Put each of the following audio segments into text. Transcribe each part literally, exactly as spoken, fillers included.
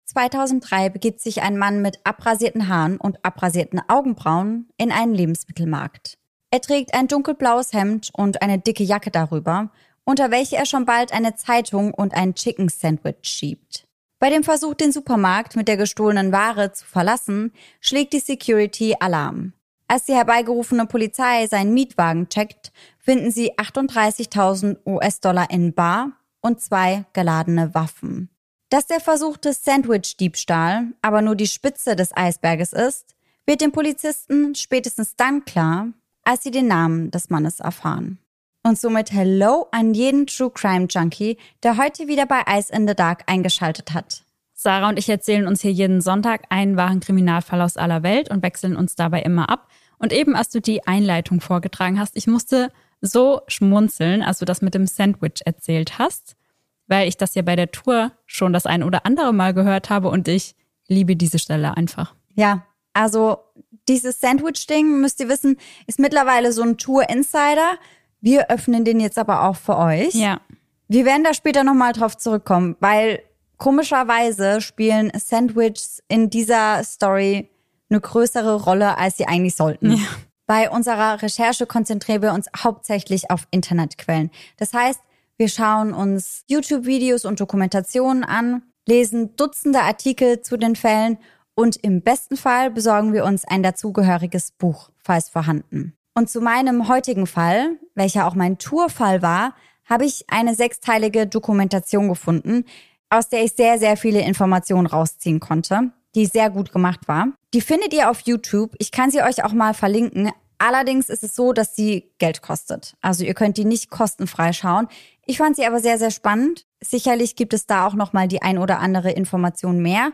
zweitausenddrei begibt sich ein Mann mit abrasierten Haaren und abrasierten Augenbrauen in einen Lebensmittelmarkt. Er trägt ein dunkelblaues Hemd und eine dicke Jacke darüber, unter welche er schon bald eine Zeitung und ein Chicken Sandwich schiebt. Bei dem Versuch, den Supermarkt mit der gestohlenen Ware zu verlassen, schlägt die Security Alarm. Als die herbeigerufene Polizei seinen Mietwagen checkt, finden sie achtunddreißigtausend US-Dollar in Bar und zwei geladene Waffen. Dass der versuchte Sandwich-Diebstahl aber nur die Spitze des Eisberges ist, wird den Polizisten spätestens dann klar, als sie den Namen des Mannes erfahren. Und somit Hello an jeden True Crime Junkie, der heute wieder bei Ice in the Dark eingeschaltet hat. Sarah und ich erzählen uns hier jeden Sonntag einen wahren Kriminalfall aus aller Welt und wechseln uns dabei immer ab. Und eben, als du die Einleitung vorgetragen hast, ich musste so schmunzeln, als du das mit dem Sandwich erzählt hast, weil ich das ja bei der Tour schon das ein oder andere Mal gehört habe und ich liebe diese Stelle einfach. Ja, also dieses Sandwich-Ding, müsst ihr wissen, ist mittlerweile so ein Tour-Insider. Wir öffnen den jetzt aber auch für euch. Ja. Wir werden da später nochmal drauf zurückkommen, weil komischerweise spielen Sandwiches in dieser Story eine größere Rolle, als sie eigentlich sollten. Ja. Bei unserer Recherche konzentrieren wir uns hauptsächlich auf Internetquellen. Das heißt, wir schauen uns YouTube-Videos und Dokumentationen an, lesen Dutzende Artikel zu den Fällen und im besten Fall besorgen wir uns ein dazugehöriges Buch, falls vorhanden. Und zu meinem heutigen Fall, welcher auch mein Tourfall war, habe ich eine sechsteilige Dokumentation gefunden, aus der ich sehr, sehr viele Informationen rausziehen konnte, die sehr gut gemacht war. Die findet ihr auf YouTube. Ich kann sie euch auch mal verlinken. Allerdings ist es so, dass sie Geld kostet. Also ihr könnt die nicht kostenfrei schauen. Ich fand sie aber sehr, sehr spannend. Sicherlich gibt es da auch noch mal die ein oder andere Information mehr.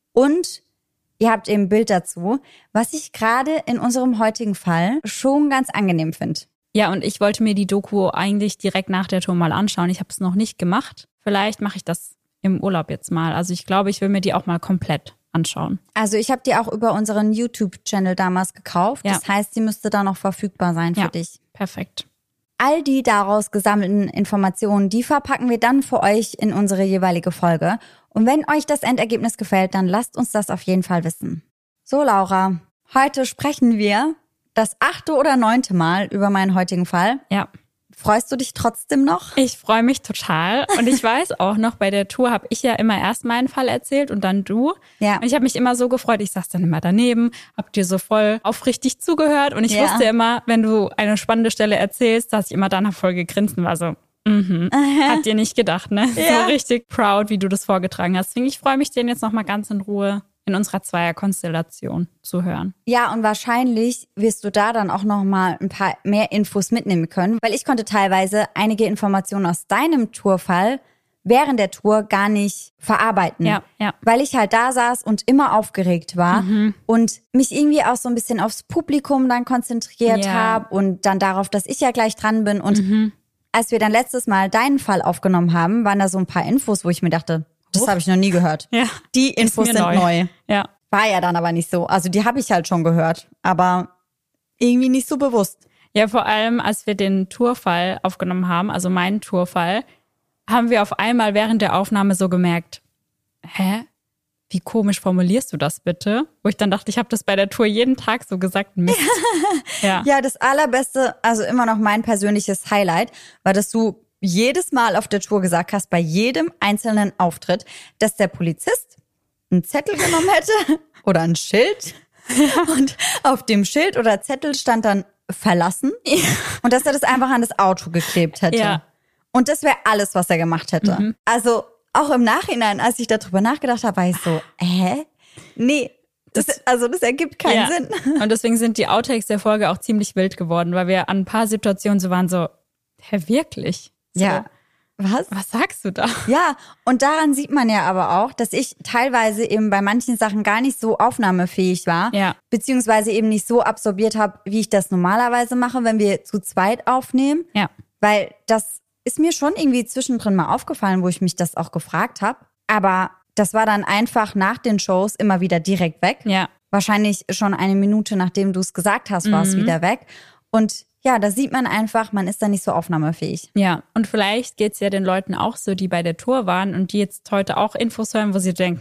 Und ihr habt eben ein Bild dazu, was ich gerade in unserem heutigen Fall schon ganz angenehm finde. Ja, und ich wollte mir die Doku eigentlich direkt nach der Tour mal anschauen. Ich habe es noch nicht gemacht. Vielleicht mache ich das im Urlaub jetzt mal. Also ich glaube, ich will mir die auch mal komplett anschauen. Also ich habe die auch über unseren YouTube-Channel damals gekauft. Ja. Das heißt, sie müsste da noch verfügbar sein für ja, dich. Perfekt. All die daraus gesammelten Informationen, die verpacken wir dann für euch in unsere jeweilige Folge. Und wenn euch das Endergebnis gefällt, dann lasst uns das auf jeden Fall wissen. So, Laura, heute sprechen wir das achte oder neunte Mal über meinen heutigen Fall. Ja. Freust du dich trotzdem noch? Ich freue mich total. Und ich weiß auch noch, bei der Tour habe ich ja immer erst meinen Fall erzählt und dann du. Ja. Und ich habe mich immer so gefreut. Ich saß dann immer daneben, hab dir so voll aufrichtig zugehört. Und ich Ja. wusste immer, wenn du eine spannende Stelle erzählst, dass ich immer danach voll gegrinst und war so, mhm. Hat dir nicht gedacht, ne? Ja. So richtig proud, wie du das vorgetragen hast. Deswegen, ich freue mich, den jetzt nochmal ganz in Ruhe in unserer Zweierkonstellation zu hören. Ja, und wahrscheinlich wirst du da dann auch noch mal ein paar mehr Infos mitnehmen können, weil ich konnte teilweise einige Informationen aus deinem Tourfall während der Tour gar nicht verarbeiten. Ja, ja. Weil ich halt da saß und immer aufgeregt war Mhm. und mich irgendwie auch so ein bisschen aufs Publikum dann konzentriert Ja. habe und dann darauf, dass ich ja gleich dran bin. Und Mhm. als wir dann letztes Mal deinen Fall aufgenommen haben, waren da so ein paar Infos, wo ich mir dachte, das Huch. habe ich noch nie gehört. Ja. Die Infos mir sind neu. neu. Ja. War ja dann aber nicht so. Also die habe ich halt schon gehört, aber irgendwie nicht so bewusst. Ja, vor allem, als wir den Tourfall aufgenommen haben, also meinen Tourfall, haben wir auf einmal während der Aufnahme so gemerkt, hä? Wie komisch formulierst du das bitte? Wo ich dann dachte, ich habe das bei der Tour jeden Tag so gesagt. Mist. Ja. Ja, das allerbeste, also immer noch mein persönliches Highlight, war, dass du jedes Mal auf der Tour gesagt hast, bei jedem einzelnen Auftritt, dass der Polizist einen Zettel genommen hätte oder ein Schild. Ja. Und auf dem Schild oder Zettel stand dann verlassen. Ja. Und dass er das einfach an das Auto geklebt hätte. Ja. Und das wäre alles, was er gemacht hätte. Mhm. Also auch im Nachhinein, als ich darüber nachgedacht habe, war ich so, hä? Nee, das, das, also das ergibt keinen ja. Sinn. Und deswegen sind die Outtakes der Folge auch ziemlich wild geworden, weil wir an ein paar Situationen so waren so, hä, wirklich? So, ja. Was? Was sagst du da? Ja, und daran sieht man ja aber auch, dass ich teilweise eben bei manchen Sachen gar nicht so aufnahmefähig war, ja. beziehungsweise eben nicht so absorbiert habe, wie ich das normalerweise mache, wenn wir zu zweit aufnehmen. Ja. Weil das ist mir schon irgendwie zwischendrin mal aufgefallen, wo ich mich das auch gefragt habe. Aber das war dann einfach nach den Shows immer wieder direkt weg. Ja. Wahrscheinlich schon eine Minute, nachdem du es gesagt hast, war es mhm. wieder weg. Und ja, da sieht man einfach, man ist da nicht so aufnahmefähig. Ja, und vielleicht geht's ja den Leuten auch so, die bei der Tour waren und die jetzt heute auch Infos hören, wo sie denken,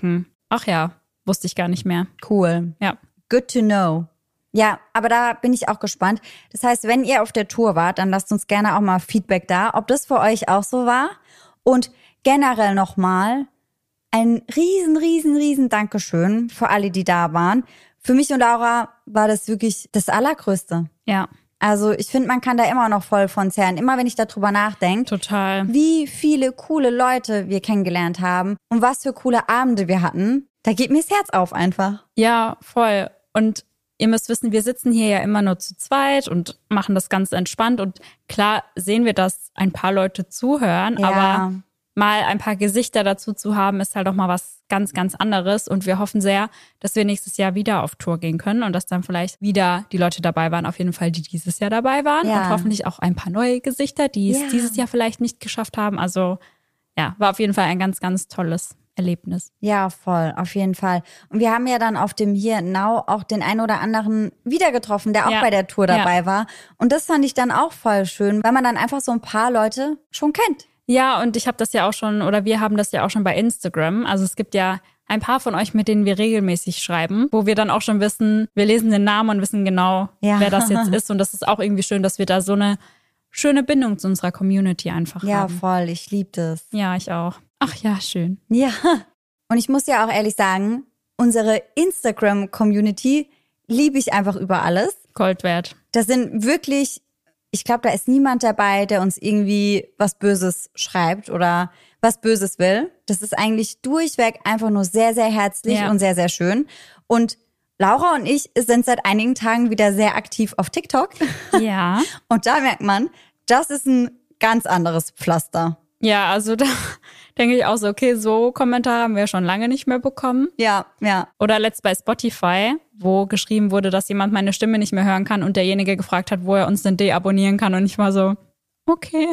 Ach ja, wusste ich gar nicht mehr. Cool. Ja. Good to know. Ja, aber da bin ich auch gespannt. Das heißt, wenn ihr auf der Tour wart, dann lasst uns gerne auch mal Feedback da, ob das für euch auch so war. Und generell nochmal ein riesen, riesen, riesen Dankeschön für alle, die da waren. Für mich und Laura war das wirklich das Allergrößte. Ja. Also ich finde, man kann da immer noch voll von zehren. Immer wenn ich darüber nachdenke, Total. Wie viele coole Leute wir kennengelernt haben und was für coole Abende wir hatten, da geht mir das Herz auf einfach. Ja, voll. Und ihr müsst wissen, wir sitzen hier ja immer nur zu zweit und machen das ganz entspannt. Und klar sehen wir, dass ein paar Leute zuhören, Ja. aber mal ein paar Gesichter dazu zu haben, ist halt auch mal was ganz, ganz anderes. Und wir hoffen sehr, dass wir nächstes Jahr wieder auf Tour gehen können und dass dann vielleicht wieder die Leute dabei waren, auf jeden Fall, die dieses Jahr dabei waren. Ja. Und hoffentlich auch ein paar neue Gesichter, die es Ja. dieses Jahr vielleicht nicht geschafft haben. Also ja, war auf jeden Fall ein ganz, ganz tolles Erlebnis. Ja, voll, auf jeden Fall. Und wir haben ja dann auf dem Here Now auch den einen oder anderen wieder getroffen, der auch Ja. bei der Tour dabei Ja. war. Und das fand ich dann auch voll schön, weil man dann einfach so ein paar Leute schon kennt. Ja, und ich habe das ja auch schon, oder wir haben das ja auch schon bei Instagram. Also es gibt ja ein paar von euch, mit denen wir regelmäßig schreiben, wo wir dann auch schon wissen, wir lesen den Namen und wissen genau, Ja. wer das jetzt ist. Und das ist auch irgendwie schön, dass wir da so eine schöne Bindung zu unserer Community einfach Ja, haben. voll, ich liebe das. Ja, ich auch. Ach ja, schön. Ja. Und ich muss ja auch ehrlich sagen, unsere Instagram-Community liebe ich einfach über alles. Gold wert. Das sind wirklich, ich glaube, da ist niemand dabei, der uns irgendwie was Böses schreibt oder was Böses will. Das ist eigentlich durchweg einfach nur sehr, sehr herzlich Ja. und sehr, sehr schön. Und Laura und ich sind seit einigen Tagen wieder sehr aktiv auf TikTok. Ja. Und da merkt man, das ist ein ganz anderes Pflaster. Ja, also da denke ich auch so, okay, so Kommentare haben wir schon lange nicht mehr bekommen. Ja, ja. Oder letzt bei Spotify, wo geschrieben wurde, dass jemand meine Stimme nicht mehr hören kann und derjenige gefragt hat, wo er uns denn deabonnieren kann. Und ich war so, okay.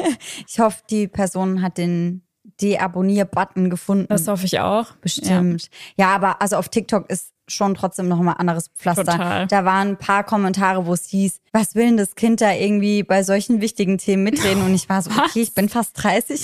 Ich hoffe, die Person hat den Deabonnier-Button gefunden. Das hoffe ich auch. Bestimmt. Ja. ja, aber also auf TikTok ist schon trotzdem noch mal anderes Pflaster. Total. Da waren ein paar Kommentare, wo es hieß, was will denn das Kind da irgendwie bei solchen wichtigen Themen mitreden? Und ich war so, okay, ich bin fast dreißig.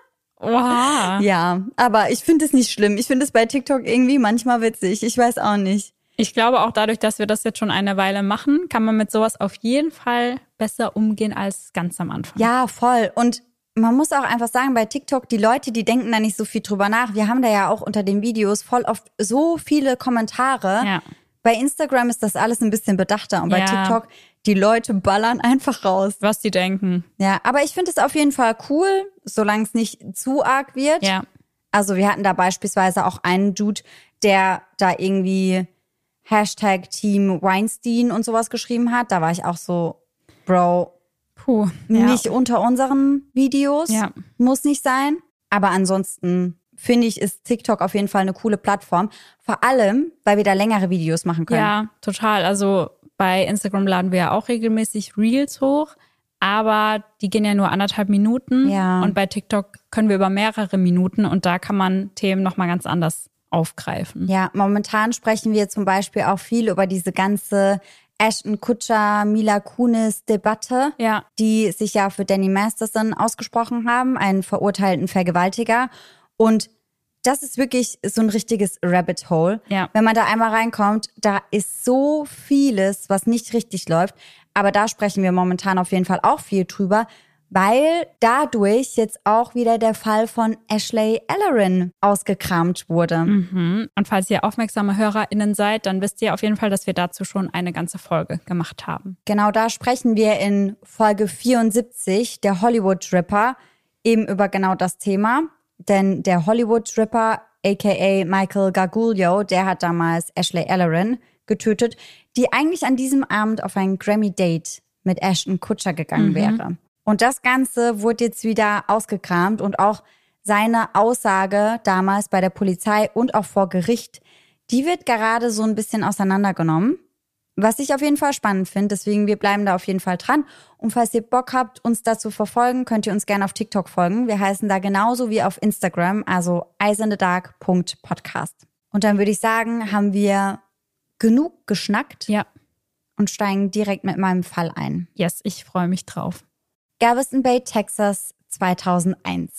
Oha. Ja, aber ich finde es nicht schlimm. Ich finde es bei TikTok irgendwie manchmal witzig. Ich weiß auch nicht. Ich glaube auch dadurch, dass wir das jetzt schon eine Weile machen, kann man mit sowas auf jeden Fall besser umgehen als ganz am Anfang. Ja, voll. Und man muss auch einfach sagen, bei TikTok, die Leute, die denken da nicht so viel drüber nach. Wir haben da ja auch unter den Videos voll oft so viele Kommentare. Ja. Bei Instagram ist das alles ein bisschen bedachter. Und bei Ja. TikTok, die Leute ballern einfach raus. Was die denken. Ja, aber ich finde es auf jeden Fall cool, solange es nicht zu arg wird. Ja. Also wir hatten da beispielsweise auch einen Dude, der da irgendwie Hashtag Team Weinstein und sowas geschrieben hat. Da war ich auch so, Bro, Puh. Ja. nicht unter unseren Videos. Ja. Muss nicht sein. Aber ansonsten finde ich, ist TikTok auf jeden Fall eine coole Plattform. Vor allem, weil wir da längere Videos machen können. Ja, total. Also bei Instagram laden wir ja auch regelmäßig Reels hoch, aber die gehen ja nur anderthalb Minuten. Ja. Und bei TikTok können wir über mehrere Minuten und da kann man Themen nochmal ganz anders aufgreifen. Ja, momentan sprechen wir zum Beispiel auch viel über diese ganze Ashton Kutcher, Mila Kunis Debatte, Ja. die sich ja für Danny Masterson ausgesprochen haben, einen verurteilten Vergewaltiger. Und das ist wirklich so ein richtiges Rabbit Hole. Ja. Wenn man da einmal reinkommt, da ist so vieles, was nicht richtig läuft. Aber da sprechen wir momentan auf jeden Fall auch viel drüber, weil dadurch jetzt auch wieder der Fall von Ashley Ellerin ausgekramt wurde. Mhm. Und falls ihr aufmerksame HörerInnen seid, dann wisst ihr auf jeden Fall, dass wir dazu schon eine ganze Folge gemacht haben. Genau, da sprechen wir in Folge vierundsiebzig, der Hollywood Ripper, eben über genau das Thema. Denn der Hollywood Ripper, aka Michael Gargiulo, der hat damals Ashley Ellerin getötet, die eigentlich an diesem Abend auf ein Grammy-Date mit Ashton Kutcher gegangen Mhm. wäre. Und das Ganze wurde jetzt wieder ausgekramt und auch seine Aussage damals bei der Polizei und auch vor Gericht, die wird gerade so ein bisschen auseinandergenommen. Was ich auf jeden Fall spannend finde, deswegen wir bleiben da auf jeden Fall dran. Und falls ihr Bock habt, uns da zu verfolgen, könnt ihr uns gerne auf TikTok folgen. Wir heißen da genauso wie auf Instagram, also eisenthedark punkt podcast. Und dann würde ich sagen, haben wir genug geschnackt Ja, und steigen direkt mit meinem Fall ein. yes, ich freue mich drauf. Galveston Bay, Texas, zweitausendeins.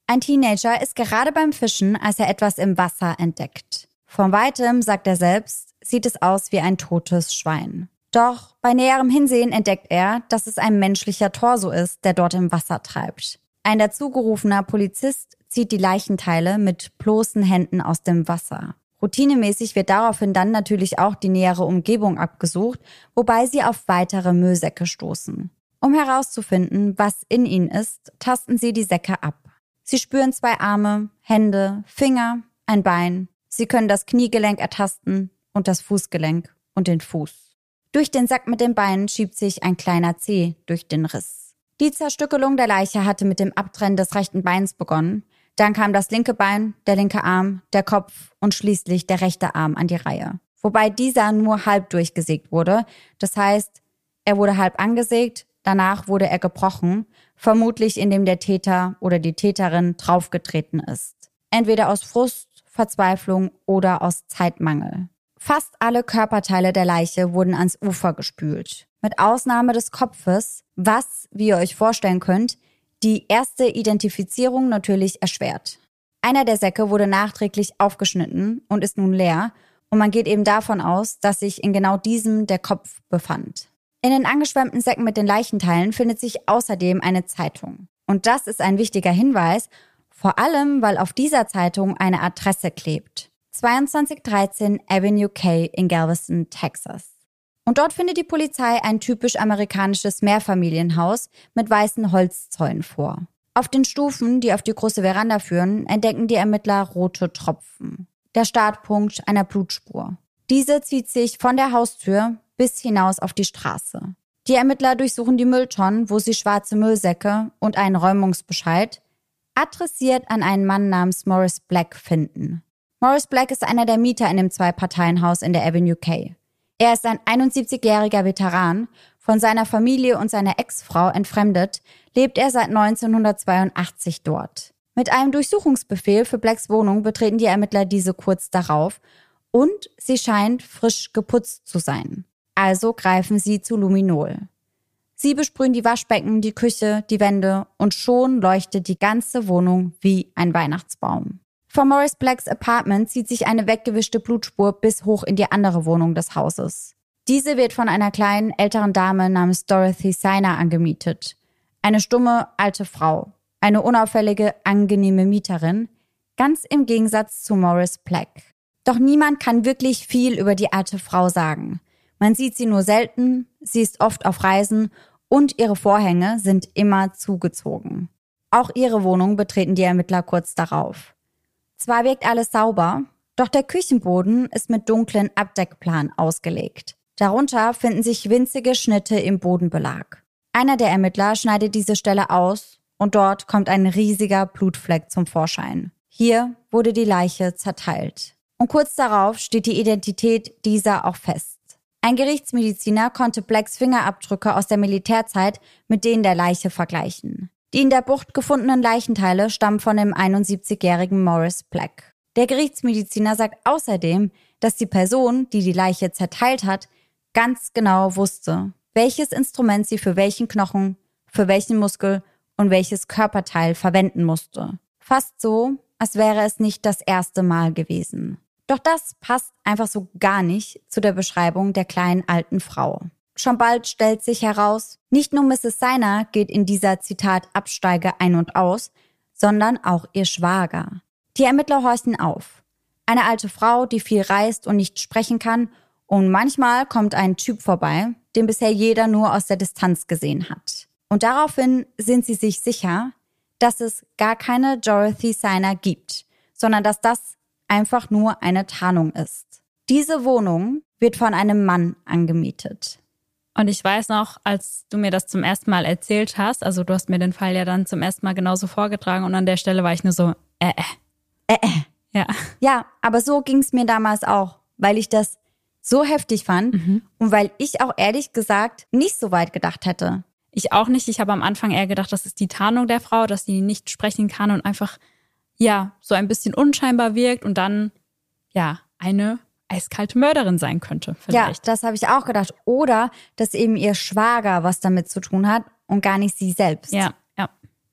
Ein Teenager ist gerade beim Fischen, als er etwas im Wasser entdeckt. Von weitem, sagt er selbst, sieht es aus wie ein totes Schwein. Doch bei näherem Hinsehen entdeckt er, dass es ein menschlicher Torso ist, der dort im Wasser treibt. Ein dazugerufener Polizist zieht die Leichenteile mit bloßen Händen aus dem Wasser. Routinemäßig wird daraufhin dann natürlich auch die nähere Umgebung abgesucht, wobei sie auf weitere Müllsäcke stoßen. Um herauszufinden, was in ihnen ist, tasten sie die Säcke ab. Sie spüren zwei Arme, Hände, Finger, ein Bein. Sie können das Kniegelenk ertasten und das Fußgelenk und den Fuß. Durch den Sack mit den Beinen schiebt sich ein kleiner Zeh durch den Riss. Die Zerstückelung der Leiche hatte mit dem Abtrennen des rechten Beins begonnen. Dann kam das linke Bein, der linke Arm, der Kopf und schließlich der rechte Arm an die Reihe. Wobei dieser nur halb durchgesägt wurde. Das heißt, er wurde halb angesägt, danach wurde er gebrochen, vermutlich indem der Täter oder die Täterin draufgetreten ist. Entweder aus Frust, Verzweiflung oder aus Zeitmangel. Fast alle Körperteile der Leiche wurden ans Ufer gespült. Mit Ausnahme des Kopfes, was, wie ihr euch vorstellen könnt, die erste Identifizierung natürlich erschwert. Einer der Säcke wurde nachträglich aufgeschnitten und ist nun leer und man geht eben davon aus, dass sich in genau diesem der Kopf befand. In den angeschwemmten Säcken mit den Leichenteilen findet sich außerdem eine Zeitung. Und das ist ein wichtiger Hinweis, vor allem, weil auf dieser Zeitung eine Adresse klebt. zweiundzwanzig dreizehn Avenue K in Galveston, Texas. Und dort findet die Polizei ein typisch amerikanisches Mehrfamilienhaus mit weißen Holzzäunen vor. Auf den Stufen, die auf die große Veranda führen, entdecken die Ermittler rote Tropfen. Der Startpunkt einer Blutspur. Diese zieht sich von der Haustür bis hinaus auf die Straße. Die Ermittler durchsuchen die Mülltonnen, wo sie schwarze Müllsäcke und einen Räumungsbescheid, adressiert an einen Mann namens Morris Black, finden. Morris Black ist einer der Mieter in dem Zwei-Parteien-Haus in der Avenue K. Er ist ein einundsiebzigjähriger Veteran. Von seiner Familie und seiner Ex-Frau entfremdet, lebt er seit neunzehnhundertzweiundachtzig dort. Mit einem Durchsuchungsbefehl für Blacks Wohnung betreten die Ermittler diese kurz darauf und sie scheint frisch geputzt zu sein. Also greifen sie zu Luminol. Sie besprühen die Waschbecken, die Küche, die Wände und schon leuchtet die ganze Wohnung wie ein Weihnachtsbaum. Von Morris Blacks Apartment zieht sich eine weggewischte Blutspur bis hoch in die andere Wohnung des Hauses. Diese wird von einer kleinen, älteren Dame namens Dorothy Siner angemietet. Eine stumme, alte Frau. Eine unauffällige, angenehme Mieterin. Ganz im Gegensatz zu Morris Black. Doch niemand kann wirklich viel über die alte Frau sagen. Man sieht sie nur selten, sie ist oft auf Reisen und ihre Vorhänge sind immer zugezogen. Auch ihre Wohnung betreten die Ermittler kurz darauf. Zwar wirkt alles sauber, doch der Küchenboden ist mit dunklen Abdeckplan ausgelegt. Darunter finden sich winzige Schnitte im Bodenbelag. Einer der Ermittler schneidet diese Stelle aus und dort kommt ein riesiger Blutfleck zum Vorschein. Hier wurde die Leiche zerteilt. Und kurz darauf steht die Identität dieser auch fest. Ein Gerichtsmediziner konnte Blacks Fingerabdrücke aus der Militärzeit mit denen der Leiche vergleichen. Die in der Bucht gefundenen Leichenteile stammen von dem einundsiebzigjährigen Morris Black. Der Gerichtsmediziner sagt außerdem, dass die Person, die die Leiche zerteilt hat, ganz genau wusste, welches Instrument sie für welchen Knochen, für welchen Muskel und welches Körperteil verwenden musste. Fast so, als wäre es nicht das erste Mal gewesen. Doch das passt einfach so gar nicht zu der Beschreibung der kleinen alten Frau. Schon bald stellt sich heraus, nicht nur Misses Siner geht in dieser Zitat Absteige ein und aus, sondern auch ihr Schwager. Die Ermittler horchen auf. Eine alte Frau, die viel reist und nicht sprechen kann, und manchmal kommt ein Typ vorbei, den bisher jeder nur aus der Distanz gesehen hat. Und daraufhin sind sie sich sicher, dass es gar keine Dorothy Siner gibt, sondern dass das einfach nur eine Tarnung ist. Diese Wohnung wird von einem Mann angemietet. Und ich weiß noch, als du mir das zum ersten Mal erzählt hast, also du hast mir den Fall ja dann zum ersten Mal genauso vorgetragen und an der Stelle war ich nur so, äh, äh. Äh, äh. Ja. Ja, aber so ging es mir damals auch, weil ich das so heftig fand mhm. und weil ich auch ehrlich gesagt nicht so weit gedacht hätte. Ich auch nicht. Ich habe am Anfang eher gedacht, das ist die Tarnung der Frau, dass sie nicht sprechen kann und einfach, ja, so ein bisschen unscheinbar wirkt und dann, ja, eine eiskalte Mörderin sein könnte vielleicht. Ja, das habe ich auch gedacht. Oder, dass eben ihr Schwager was damit zu tun hat und gar nicht sie selbst. Ja, ja.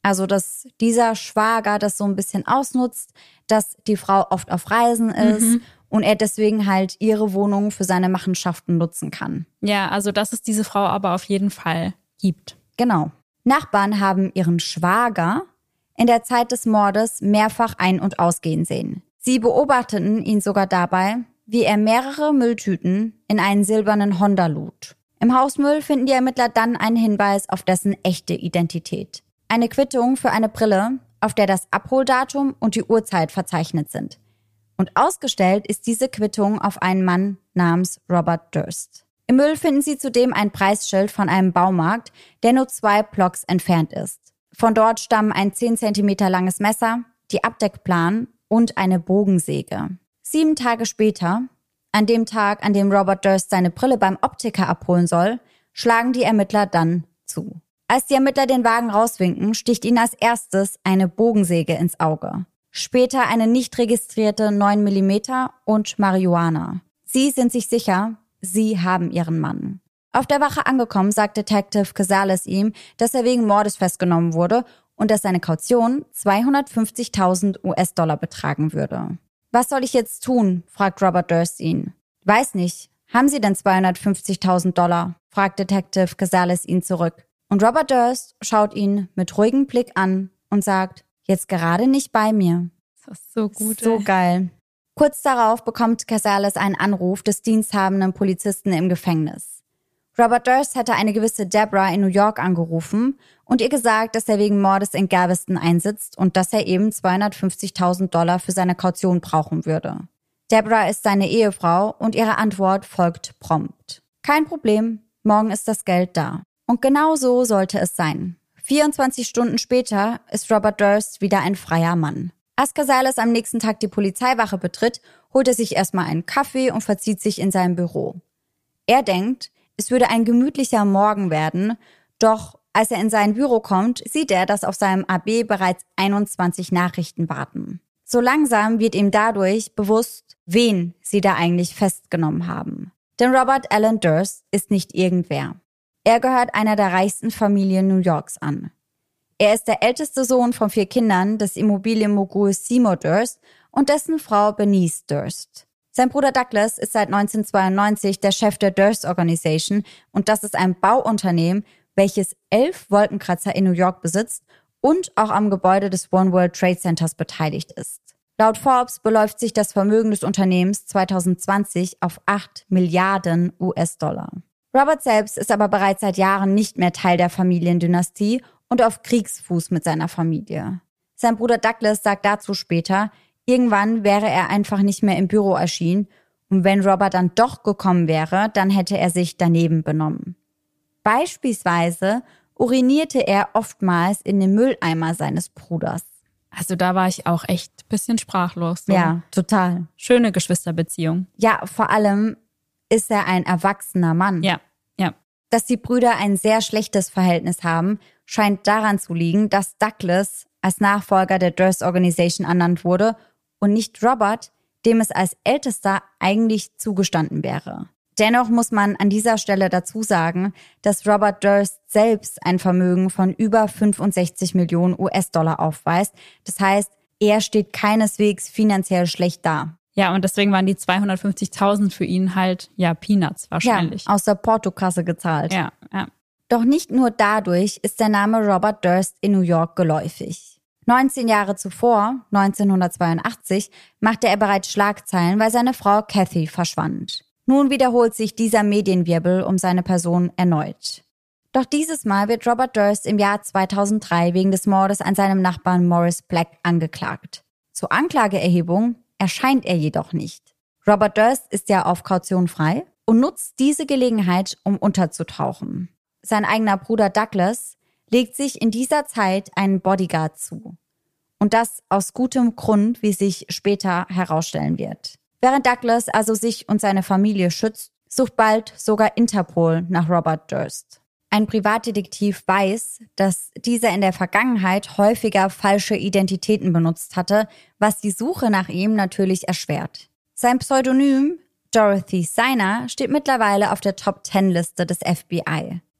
Also, dass dieser Schwager das so ein bisschen ausnutzt, dass die Frau oft auf Reisen ist mhm. und er deswegen halt ihre Wohnung für seine Machenschaften nutzen kann. Ja, also dass es diese Frau aber auf jeden Fall gibt. Genau. Nachbarn haben ihren Schwager in der Zeit des Mordes mehrfach ein- und ausgehen sehen. Sie beobachteten ihn sogar dabei, wie er mehrere Mülltüten in einen silbernen Honda lud. Im Hausmüll finden die Ermittler dann einen Hinweis auf dessen echte Identität. Eine Quittung für eine Brille, auf der das Abholdatum und die Uhrzeit verzeichnet sind. Und ausgestellt ist diese Quittung auf einen Mann namens Robert Durst. Im Müll finden sie zudem ein Preisschild von einem Baumarkt, der nur zwei Blocks entfernt ist. Von dort stammen ein zehn Zentimeter langes Messer, die Abdeckplanen und eine Bogensäge. Sieben Tage später, an dem Tag, an dem Robert Durst seine Brille beim Optiker abholen soll, schlagen die Ermittler dann zu. Als die Ermittler den Wagen rauswinken, sticht ihnen als erstes eine Bogensäge ins Auge. Später eine nicht registrierte neun Millimeter und Marihuana. Sie sind sich sicher, sie haben ihren Mann. Auf der Wache angekommen, sagt Detective Casales ihm, dass er wegen Mordes festgenommen wurde und dass seine Kaution zweihundertfünfzigtausend US-Dollar betragen würde. Was soll ich jetzt tun? Fragt Robert Durst ihn. Weiß nicht. Haben Sie denn zweihundertfünfzigtausend Dollar? Fragt Detective Casales ihn zurück. Und Robert Durst schaut ihn mit ruhigem Blick an und sagt, jetzt gerade nicht bei mir. Das ist so gut. So ey. geil. Kurz darauf bekommt Casales einen Anruf des diensthabenden Polizisten im Gefängnis. Robert Durst hatte eine gewisse Deborah in New York angerufen und ihr gesagt, dass er wegen Mordes in Galveston einsitzt und dass er eben zweihundertfünfzigtausend Dollar für seine Kaution brauchen würde. Deborah ist seine Ehefrau und ihre Antwort folgt prompt. Kein Problem, morgen ist das Geld da. Und genau so sollte es sein. vierundzwanzig Stunden später ist Robert Durst wieder ein freier Mann. Als Casales am nächsten Tag die Polizeiwache betritt, holt er sich erstmal einen Kaffee und verzieht sich in sein Büro. Er denkt, es würde ein gemütlicher Morgen werden, doch als er in sein Büro kommt, sieht er, dass auf seinem A B bereits einundzwanzig Nachrichten warten. So langsam wird ihm dadurch bewusst, wen sie da eigentlich festgenommen haben. Denn Robert Alan Durst ist nicht irgendwer. Er gehört einer der reichsten Familien New Yorks an. Er ist der älteste Sohn von vier Kindern des Immobilienmoguls Seymour Durst und dessen Frau Bernice Durst. Sein Bruder Douglas ist seit neunzehnhundertzweiundneunzig der Chef der Durst Organization und das ist ein Bauunternehmen, welches elf Wolkenkratzer in New York besitzt und auch am Gebäude des One World Trade Centers beteiligt ist. Laut Forbes beläuft sich das Vermögen des Unternehmens zweitausendzwanzig auf acht Milliarden US-Dollar. Robert selbst ist aber bereits seit Jahren nicht mehr Teil der Familiendynastie und auf Kriegsfuß mit seiner Familie. Sein Bruder Douglas sagt dazu später, irgendwann wäre er einfach nicht mehr im Büro erschienen und wenn Robert dann doch gekommen wäre, dann hätte er sich daneben benommen. Beispielsweise urinierte er oftmals in den Mülleimer seines Bruders. Also da war ich auch echt ein bisschen sprachlos. So. Ja, total. Schöne Geschwisterbeziehung. Ja, vor allem ist er ein erwachsener Mann. Ja, ja. Dass die Brüder ein sehr schlechtes Verhältnis haben, scheint daran zu liegen, dass Douglas als Nachfolger der Durst Organization ernannt wurde und nicht Robert, dem es als Ältester eigentlich zugestanden wäre. Dennoch muss man an dieser Stelle dazu sagen, dass Robert Durst selbst ein Vermögen von über fünfundsechzig Millionen US-Dollar aufweist. Das heißt, er steht keineswegs finanziell schlecht da. Ja, und deswegen waren die zweihundertfünfzigtausend für ihn halt, ja, Peanuts wahrscheinlich. Ja, aus der Portokasse gezahlt. Ja, ja. Doch nicht nur dadurch ist der Name Robert Durst in New York geläufig. neunzehn Jahre zuvor, neunzehnhundertzweiundachtzig, machte er bereits Schlagzeilen, weil seine Frau Kathy verschwand. Nun wiederholt sich dieser Medienwirbel um seine Person erneut. Doch dieses Mal wird Robert Durst im Jahr zweitausenddrei wegen des Mordes an seinem Nachbarn Morris Black angeklagt. Zur Anklageerhebung erscheint er jedoch nicht. Robert Durst ist ja auf Kaution frei und nutzt diese Gelegenheit, um unterzutauchen. Sein eigener Bruder Douglas legt sich in dieser Zeit einen Bodyguard zu. Und das aus gutem Grund, wie sich später herausstellen wird. Während Douglas also sich und seine Familie schützt, sucht bald sogar Interpol nach Robert Durst. Ein Privatdetektiv weiß, dass dieser in der Vergangenheit häufiger falsche Identitäten benutzt hatte, was die Suche nach ihm natürlich erschwert. Sein Pseudonym Dorothy Siner steht mittlerweile auf der Top zehn Liste des F B I.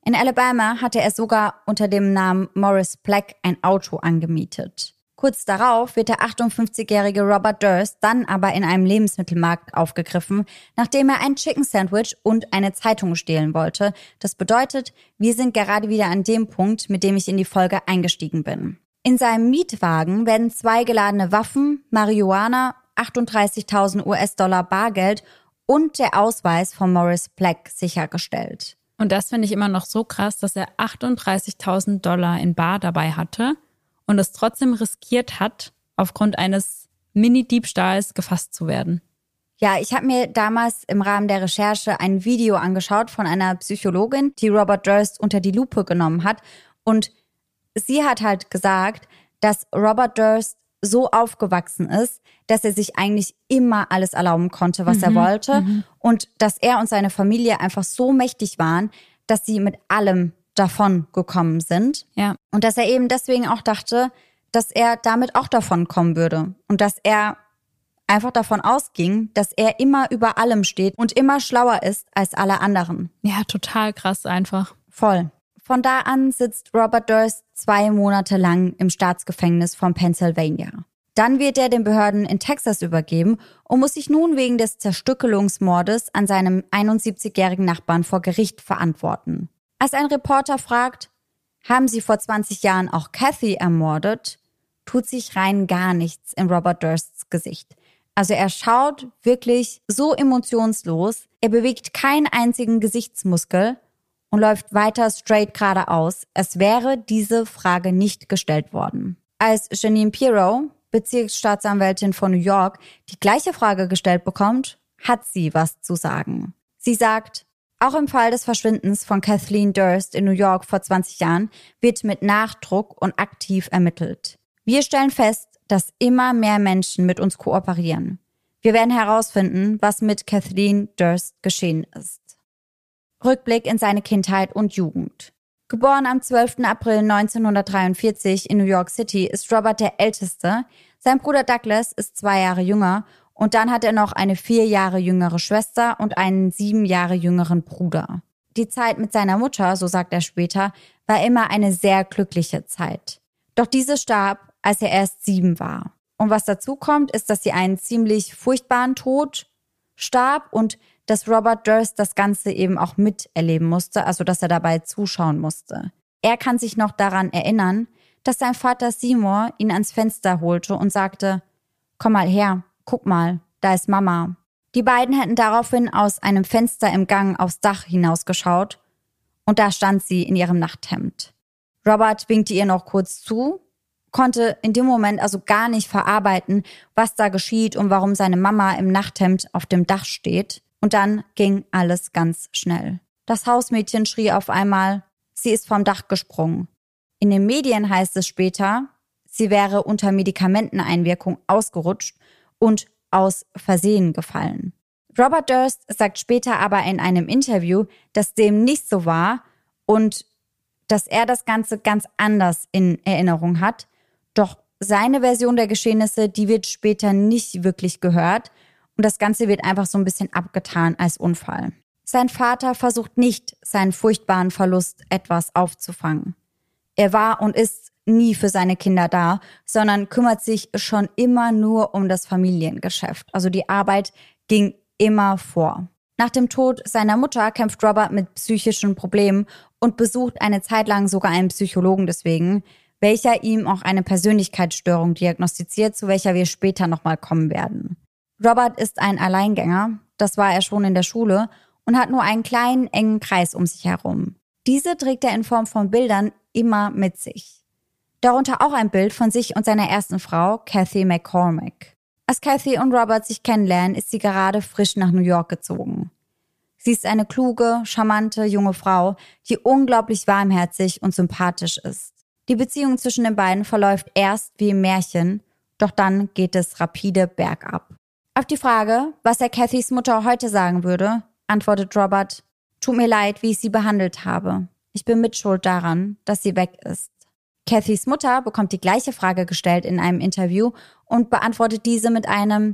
In Alabama hatte er sogar unter dem Namen Morris Black ein Auto angemietet. Kurz darauf wird der achtundfünfzigjährige Robert Durst dann aber in einem Lebensmittelmarkt aufgegriffen, nachdem er ein Chicken Sandwich und eine Zeitung stehlen wollte. Das bedeutet, wir sind gerade wieder an dem Punkt, mit dem ich in die Folge eingestiegen bin. In seinem Mietwagen werden zwei geladene Waffen, Marihuana, achtunddreißigtausend US-Dollar Bargeld und der Ausweis von Morris Black sichergestellt. Und das finde ich immer noch so krass, dass er achtunddreißigtausend Dollar in Bar dabei hatte und es trotzdem riskiert hat, aufgrund eines Mini-Diebstahls gefasst zu werden. Ja, ich habe mir damals im Rahmen der Recherche ein Video angeschaut von einer Psychologin, die Robert Durst unter die Lupe genommen hat. Und sie hat halt gesagt, dass Robert Durst so aufgewachsen ist, dass er sich eigentlich immer alles erlauben konnte, was mhm, er wollte. Mhm. Und dass er und seine Familie einfach so mächtig waren, dass sie mit allem davon gekommen sind. Ja. Und dass er eben deswegen auch dachte, dass er damit auch davon kommen würde. Und dass er einfach davon ausging, dass er immer über allem steht und immer schlauer ist als alle anderen. Ja, total krass einfach. Voll. Von da an sitzt Robert Durst zwei Monate lang im Staatsgefängnis von Pennsylvania. Dann wird er den Behörden in Texas übergeben und muss sich nun wegen des Zerstückelungsmordes an seinem einundsiebzigjährigen Nachbarn vor Gericht verantworten. Als ein Reporter fragt, haben Sie vor zwanzig Jahren auch Kathy ermordet, tut sich rein gar nichts in Robert Dursts Gesicht. Also er schaut wirklich so emotionslos, er bewegt keinen einzigen Gesichtsmuskel und läuft weiter straight geradeaus, als wäre diese Frage nicht gestellt worden. Als Jeanine Pirro, Bezirksstaatsanwältin von New York, die gleiche Frage gestellt bekommt, hat sie was zu sagen. Sie sagt, auch im Fall des Verschwindens von Kathleen Durst in New York vor zwanzig Jahren wird mit Nachdruck und aktiv ermittelt. Wir stellen fest, dass immer mehr Menschen mit uns kooperieren. Wir werden herausfinden, was mit Kathleen Durst geschehen ist. Rückblick in seine Kindheit und Jugend. Geboren am zwölften April neunzehnhundertdreiundvierzig in New York City ist Robert der Älteste. Sein Bruder Douglas ist zwei Jahre jünger und dann hat er noch eine vier Jahre jüngere Schwester und einen sieben Jahre jüngeren Bruder. Die Zeit mit seiner Mutter, so sagt er später, war immer eine sehr glückliche Zeit. Doch diese starb, als er erst sieben war. Und was dazu kommt, ist, dass sie einen ziemlich furchtbaren Tod starb und dass Robert Durst das Ganze eben auch miterleben musste, also dass er dabei zuschauen musste. Er kann sich noch daran erinnern, dass sein Vater Seymour ihn ans Fenster holte und sagte, komm mal her, guck mal, da ist Mama. Die beiden hätten daraufhin aus einem Fenster im Gang aufs Dach hinausgeschaut und da stand sie in ihrem Nachthemd. Robert winkte ihr noch kurz zu, konnte in dem Moment also gar nicht verarbeiten, was da geschieht und warum seine Mama im Nachthemd auf dem Dach steht. Und dann ging alles ganz schnell. Das Hausmädchen schrie auf einmal, sie ist vom Dach gesprungen. In den Medien heißt es später, sie wäre unter Medikamenteneinwirkung ausgerutscht und aus Versehen gefallen. Robert Durst sagt später aber in einem Interview, dass dem nicht so war und dass er das Ganze ganz anders in Erinnerung hat. Doch seine Version der Geschehnisse, die wird später nicht wirklich gehört. Und das Ganze wird einfach so ein bisschen abgetan als Unfall. Sein Vater versucht nicht, seinen furchtbaren Verlust etwas aufzufangen. Er war und ist nie für seine Kinder da, sondern kümmert sich schon immer nur um das Familiengeschäft. Also die Arbeit ging immer vor. Nach dem Tod seiner Mutter kämpft Robert mit psychischen Problemen und besucht eine Zeit lang sogar einen Psychologen deswegen, welcher ihm auch eine Persönlichkeitsstörung diagnostiziert, zu welcher wir später nochmal kommen werden. Robert ist ein Alleingänger, das war er schon in der Schule, und hat nur einen kleinen, engen Kreis um sich herum. Diese trägt er in Form von Bildern immer mit sich. Darunter auch ein Bild von sich und seiner ersten Frau, Kathy McCormack. Als Kathy und Robert sich kennenlernen, ist sie gerade frisch nach New York gezogen. Sie ist eine kluge, charmante, junge Frau, die unglaublich warmherzig und sympathisch ist. Die Beziehung zwischen den beiden verläuft erst wie im Märchen, doch dann geht es rapide bergab. Auf die Frage, was er Kathys Mutter heute sagen würde, antwortet Robert, tut mir leid, wie ich sie behandelt habe. Ich bin mitschuld daran, dass sie weg ist. Kathys Mutter bekommt die gleiche Frage gestellt in einem Interview und beantwortet diese mit einem,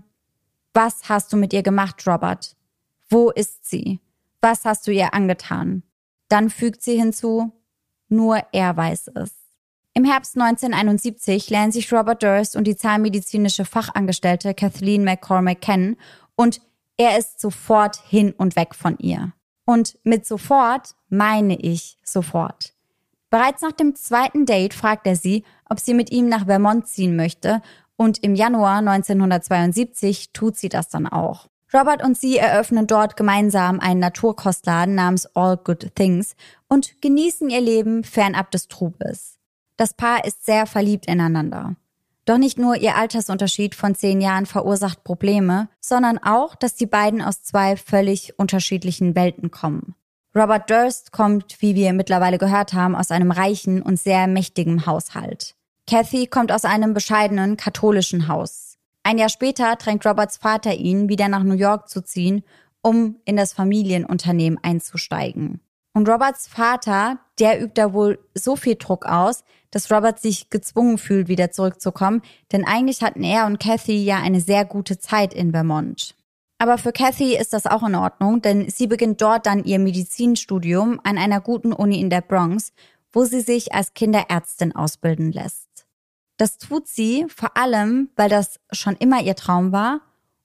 was hast du mit ihr gemacht, Robert? Wo ist sie? Was hast du ihr angetan? Dann fügt sie hinzu, nur er weiß es. Im Herbst neunzehnhunderteinundsiebzig lernen sich Robert Durst und die zahnmedizinische Fachangestellte Kathleen McCormack kennen und er ist sofort hin und weg von ihr. Und mit sofort meine ich sofort. Bereits nach dem zweiten Date fragt er sie, ob sie mit ihm nach Vermont ziehen möchte und im Januar neunzehnhundertzweiundsiebzig tut sie das dann auch. Robert und sie eröffnen dort gemeinsam einen Naturkostladen namens All Good Things und genießen ihr Leben fernab des Trubels. Das Paar ist sehr verliebt ineinander. Doch nicht nur ihr Altersunterschied von zehn Jahren verursacht Probleme, sondern auch, dass die beiden aus zwei völlig unterschiedlichen Welten kommen. Robert Durst kommt, wie wir mittlerweile gehört haben, aus einem reichen und sehr mächtigen Haushalt. Kathy kommt aus einem bescheidenen katholischen Haus. Ein Jahr später drängt Roberts Vater ihn, wieder nach New York zu ziehen, um in das Familienunternehmen einzusteigen. Und Roberts Vater, der übt da wohl so viel Druck aus, dass Robert sich gezwungen fühlt, wieder zurückzukommen, denn eigentlich hatten er und Kathy ja eine sehr gute Zeit in Vermont. Aber für Kathy ist das auch in Ordnung, denn sie beginnt dort dann ihr Medizinstudium an einer guten Uni in der Bronx, wo sie sich als Kinderärztin ausbilden lässt. Das tut sie vor allem, weil das schon immer ihr Traum war